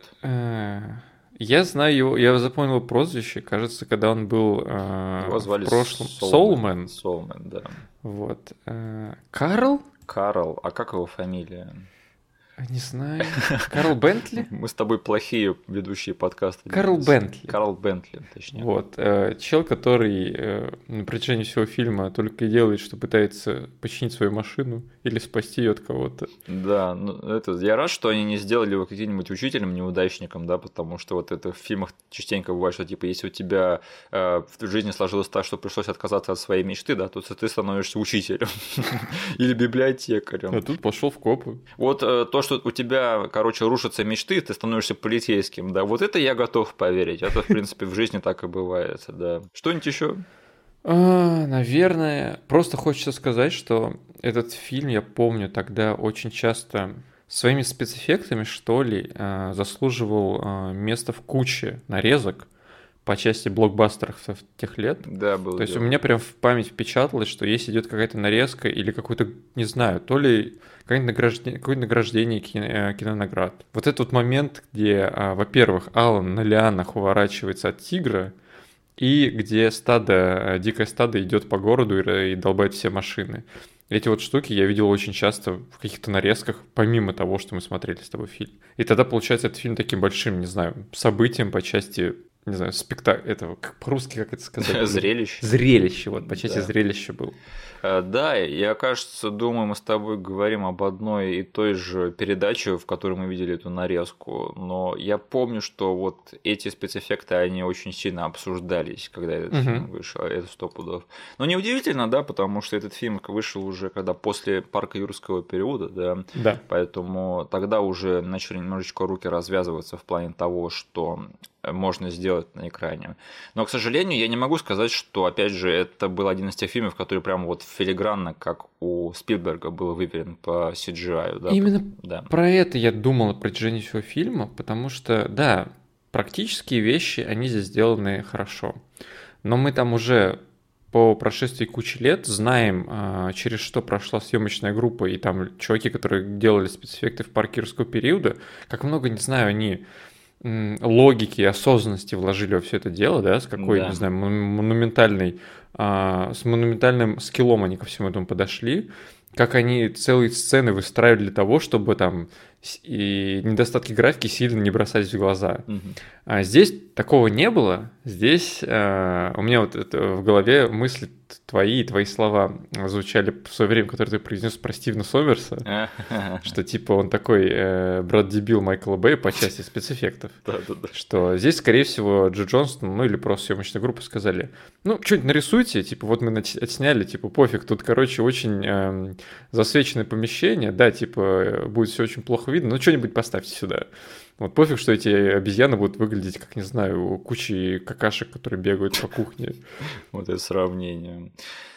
Я знаю его, я запомнил его прозвище, кажется, когда он был в прошлом. Соулмэн. Соулмэн, да. Вот. Карл? Карл. А как его фамилия? Не знаю. Карл Бентли? Мы с тобой плохие ведущие подкаста. Карл Бентли. Карл Бентли, точнее. Вот. Чел, который на протяжении всего фильма только и делает, что пытается починить свою машину или спасти ее от кого-то. Да, я рад, что они не сделали его каким-нибудь учителем-неудачником, да, потому что вот это в фильмах частенько бывает, что типа если у тебя в жизни сложилось так, что пришлось отказаться от своей мечты, да, то ты становишься учителем или библиотекарем. А тут пошел в копы. Вот то, что у тебя, рушатся мечты, ты становишься полицейским, да, вот это я готов поверить, это, в принципе, в жизни так и бывает, да. Что-нибудь еще? Наверное, просто хочется сказать, что этот фильм, я помню, тогда очень часто своими спецэффектами, что ли, заслуживал место в куче нарезок по части блокбастеров тех лет. Да, было. То есть у меня прям в память впечаталось, что если идет какая-то нарезка или какой-то, не знаю, то ли какое-то награждение кинонаград. Вот этот вот момент, где, во-первых, Алан на лианах уворачивается от тигра, и где дикое стадо идет по городу и долбает все машины. Эти вот штуки я видел очень часто в каких-то нарезках, помимо того, что мы смотрели с тобой фильм. И тогда получается этот фильм таким большим, не знаю, событием по части, не знаю, этого, по-русски как это сказать? Зрелище. Зрелище, вот, по части зрелища был. Да, я, кажется, думаю, мы с тобой говорим об одной и той же передаче, в которой мы видели эту нарезку, но я помню, что вот эти спецэффекты, они очень сильно обсуждались, когда этот фильм вышел, это 100 пудов. Но неудивительно, да, потому что этот фильм вышел уже когда после парка юрского периода, да, да. Поэтому тогда уже начали немножечко руки развязываться в плане того, что можно сделать на экране. Но, к сожалению, я не могу сказать, что, опять же, это был один из тех фильмов, который прям вот филигранно, как у Спилберга, был выверен по CGI. Да? Именно про это я думал на протяжении всего фильма, потому что, да, практические вещи, они здесь сделаны хорошо. Но мы там уже по прошествии кучи лет знаем, через что прошла съемочная группа, и там чуваки, которые делали спецэффекты в парке юрского периода, как много, не знаю, они логики и осознанности вложили во все это дело, да, с какой, не знаю, с монументальным скиллом они ко всему этому подошли, как они целые сцены выстраивали для того, чтобы там и недостатки графики сильно не бросались в глаза. А здесь такого не было. Здесь у меня вот это в голове мысли твои слова звучали в свое время, которые ты произнес про Стивена Сомерса, что типа он такой брат-дебил Майкла Бэя по части спецэффектов. Что здесь, скорее всего, Джо Джонстон, ну или просто съемочная группа сказали, ну, что-нибудь нарисуйте, типа вот мы отсняли, типа пофиг, тут, короче, очень засвеченное помещение, да, типа будет все очень плохо видно, ну что-нибудь поставьте сюда. Вот пофиг, что эти обезьяны будут выглядеть, как, не знаю, кучей какашек, которые бегают по кухне. Вот это сравнение.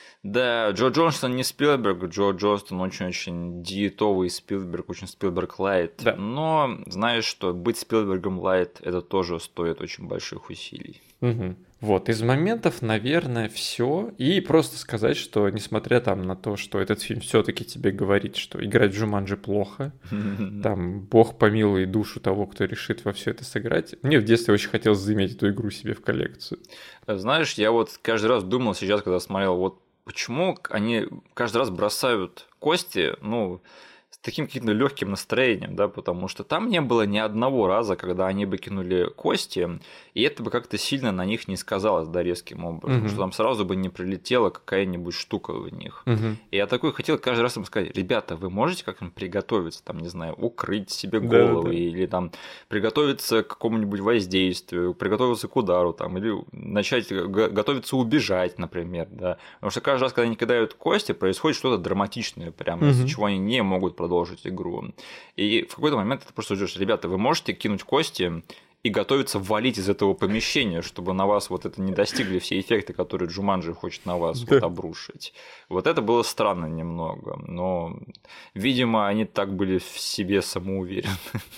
Да, Джо Джонстон не Спилберг, Джо Джонстон очень-очень диетовый Спилберг, очень Спилберг лайт. Да. Но знаешь, что быть Спилбергом лайт это тоже стоит очень больших усилий. Угу. Вот, из моментов, наверное, все. И просто сказать, что несмотря там на то, что этот фильм все-таки тебе говорит, что играть в Джуманджи плохо, там Бог помилуй душу того, кто решит во все это сыграть. Мне в детстве очень хотелось заиметь эту игру себе в коллекцию. Знаешь, я вот каждый раз думал сейчас, когда смотрел, вот почему они каждый раз бросают кости, ну, с таким каким-то легким настроением, да, потому что там не было ни одного раза, когда они бы кинули кости, и это бы как-то сильно на них не сказалось, да, резким образом, что там сразу бы не прилетела какая-нибудь штука в них. И я такой хотел каждый раз им сказать, ребята, вы можете как-нибудь приготовиться, там, не знаю, укрыть себе головы, или там приготовиться к какому-нибудь воздействию, приготовиться к удару, там, или начать готовиться убежать, например, да, потому что каждый раз, когда они кидают кости, происходит что-то драматичное, прямо, из-за чего они не могут продолжить игру. И в какой-то момент ты просто ждешь, ребята, вы можете кинуть кости и готовиться валить из этого помещения, чтобы на вас вот это не достигли все эффекты, которые Джуманджи хочет на вас вот обрушить. Вот это было странно немного, но, видимо, они так были в себе самоуверены.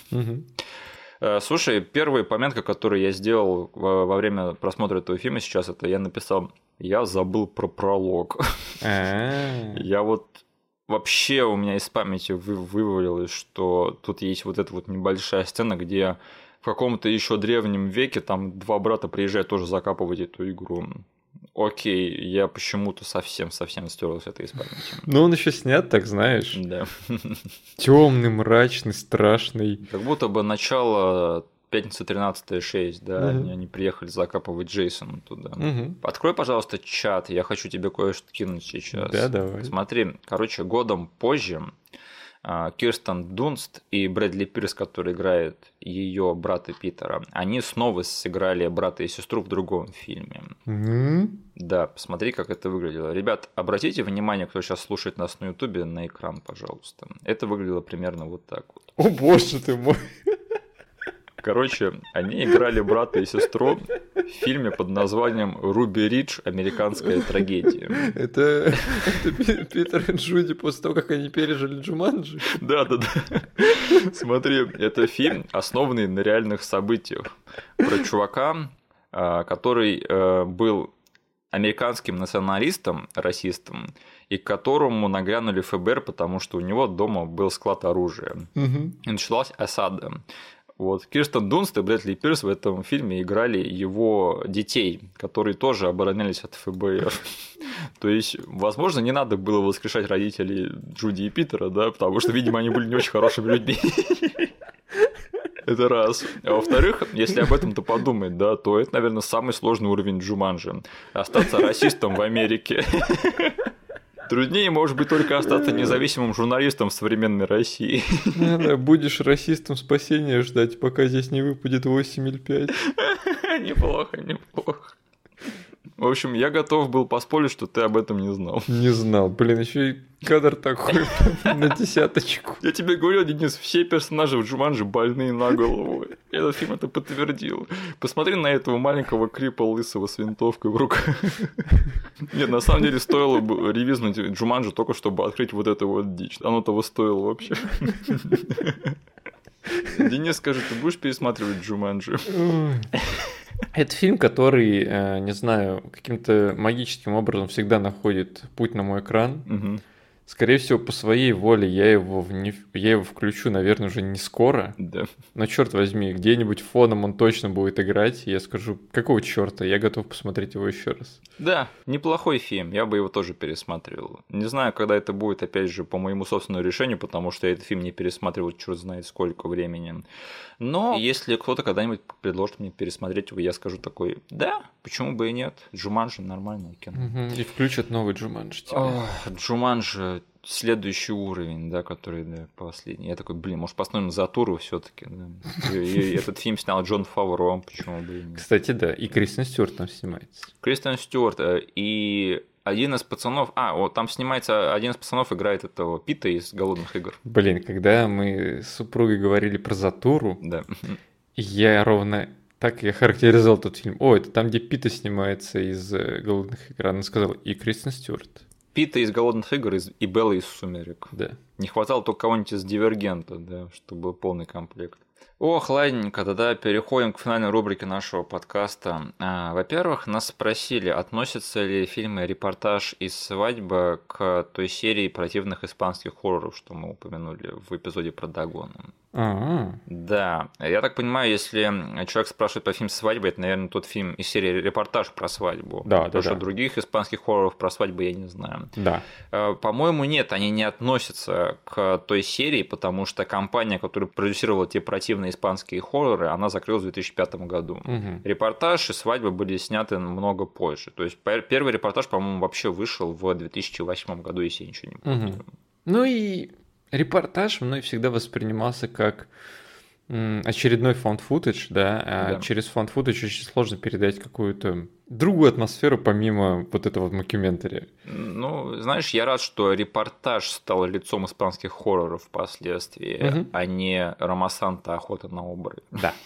Слушай, первая пометка, которую я сделал во время просмотра этого фильма сейчас, это я написал, я забыл про пролог. Я вот вообще у меня из памяти вывалилось, что тут есть вот эта вот небольшая сцена, где в каком-то еще древнем веке там два брата приезжают тоже закапывать эту игру. Окей, я почему-то совсем стерлось это из памяти. Ну, он еще снят, так знаешь. Да. Темный, мрачный, страшный. Как будто бы начало пятница 13:06, да, они приехали закапывать Джейсона туда. Открой, пожалуйста, чат, я хочу тебе кое-что кинуть сейчас. Да, давай. Смотри, короче, годом позже Кирстен Дунст и Брэдли Пирс, который играет ее брата Питера, они снова сыграли брата и сестру в другом фильме. Да, посмотри, как это выглядело. Ребят, обратите внимание, кто сейчас слушает нас на Ютубе, на экран, пожалуйста. Это выглядело примерно вот так вот. О боже ты мой! Короче, они играли брата и сестру в фильме под названием «Руби Ридж. Американская трагедия». Это Питер и Джуди после того, как они пережили Джуманджи? Да. Смотри, это фильм, основанный на реальных событиях. Про чувака, который был американским националистом, расистом, и к которому нагрянули ФБР, потому что у него дома был склад оружия. И началась осада. Вот. Кирстен Дунст и Брэдли Пирс в этом фильме играли его детей, которые тоже оборонялись от ФБР. То есть, возможно, не надо было воскрешать родителей Джуди и Питера, да, потому что, видимо, они были не очень хорошими людьми. Это раз. А во-вторых, если об этом-то подумать, да, то это, наверное, самый сложный уровень Джуманджи. Остаться расистом в Америке. Труднее, может быть, только остаться независимым журналистом в современной России. Будешь расистом спасения ждать, пока здесь не выпадет 8 или 5. Неплохо. В общем, я готов был поспорить, что ты об этом не знал. Не знал. Блин, еще и кадр такой на 10. Я тебе говорил, Денис, все персонажи в Джуманджи больные на голову. Этот фильм это подтвердил. Посмотри на этого маленького крипа лысого с винтовкой в руках. Нет, на самом деле стоило бы ревизнуть Джуманджи только чтобы открыть вот это вот дичь. Оно того стоило вообще. Денис, скажи, ты будешь пересматривать Джуманджи? Это фильм, который, не знаю, каким-то магическим образом всегда находит путь на мой экран. Угу. Скорее всего, по своей воле я его включу, наверное, уже не скоро. Да. Но черт возьми, где-нибудь фоном он точно будет играть, и я скажу, какого черта, я готов посмотреть его еще раз. Да, неплохой фильм, я бы его тоже пересматривал. Не знаю, когда это будет, опять же, по моему собственному решению, потому что я этот фильм не пересматривал черт знает сколько времени. Но если кто-то когда-нибудь предложит мне пересмотреть его, я скажу такой, да, почему бы и нет, Джуманджи нормальное кино. Угу. И включат новый Джуманджи. Джуманджи следующий уровень, да, который, да, последний. Я такой, может, посмотрим Затуру все-таки. Да. И этот фильм снял Джон Фавро, почему бы и нет. Кстати, да, и Кристен Стюарт там снимается. Кристен Стюарт и один из пацанов... вот там снимается... Один из пацанов играет этого Пита из «Голодных игр». Когда мы с супругой говорили про Затуру, да. Я ровно так я характеризовал тот фильм. Это там, где Пита снимается из «Голодных игр». Она сказала, и Кристен Стюарт. Пита из «Голодных игр» и Белла из «Сумерек». Да. Не хватало только кого-нибудь из «Дивергента», да, чтобы был полный комплект. Ладненько, тогда переходим к финальной рубрике нашего подкаста. Во-первых, нас спросили, относятся ли фильмы «Репортаж» и «Свадьба» к той серии противных испанских хорроров, что мы упомянули в эпизоде про Дагона. Да, я так понимаю, если человек спрашивает про фильм «Свадьба», это, наверное, тот фильм из серии «Репортаж» про свадьбу. Да, потому что других испанских хорроров про свадьбу я не знаю. Да. По-моему, нет, они не относятся к той серии, потому что компания, которая продюсировала те противные испанские хорроры, она закрылась в 2005 году. Угу. «Репортаж» и «Свадьба» были сняты много позже. То есть первый «Репортаж», по-моему, вообще вышел в 2008 году, если я ничего не помню. Угу. Ну и «Репортаж» мной всегда воспринимался как очередной found footage, да. Через found footage очень сложно передать какую-то другую атмосферу, помимо вот этого мокюментари. Ну, знаешь, я рад, что «Репортаж» стал лицом испанских хорроров впоследствии, а не «Ромасанта. Охота на оборотней». Да.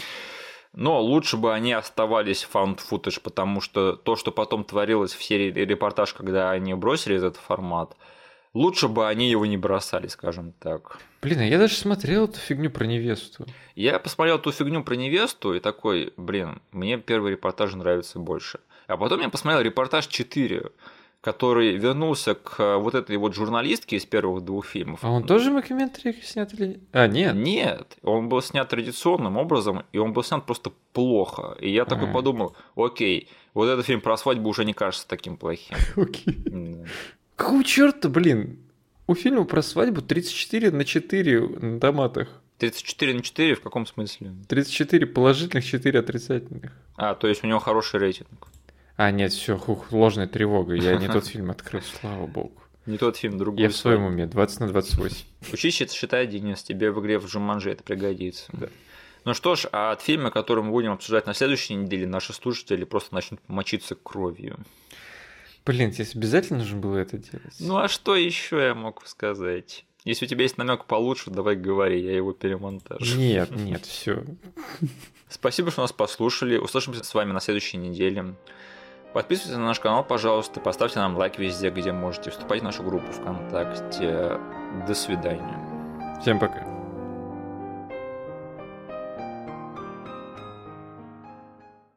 Но лучше бы они оставались found footage, потому что то, что потом творилось в серии «Репортаж», когда они бросили этот формат, лучше бы они его не бросали, скажем так. Блин, а я даже смотрел эту фигню про невесту. Я посмотрел эту фигню про невесту и такой, мне первый «Репортаж» нравится больше. А потом я посмотрел «Репортаж 4», который вернулся к вот этой вот журналистке из первых двух фильмов. А он тоже мокюментари снят или нет? Нет. Нет, он был снят традиционным образом, и он был снят просто плохо. И я такой подумал, окей, вот этот фильм про свадьбу уже не кажется таким плохим. Окей. Какого черта, блин? У фильма про свадьбу 34/4 на томатах. 34/4 в каком смысле? 34 положительных, 4 отрицательных. То есть у него хороший рейтинг. Нет, все, ложная тревога. Я не тот фильм открыл, слава богу. Не тот фильм, другой. Я в своем уме, 20/28. Учись считать, Денис, тебе в игре в Джуманджи это пригодится. Да. Ну что ж, а от фильма, который мы будем обсуждать на следующей неделе, наши слушатели просто начнут мочиться кровью. Блин, тебе обязательно нужно было это делать? Ну а что еще я мог сказать? Если у тебя есть намек получше, давай говори, я его перемонтажу. Нет, все. Спасибо, что нас послушали. Услышимся с вами на следующей неделе. Подписывайтесь на наш канал, пожалуйста, поставьте нам лайк везде, где можете. Вступайте в нашу группу ВКонтакте. До свидания. Всем пока.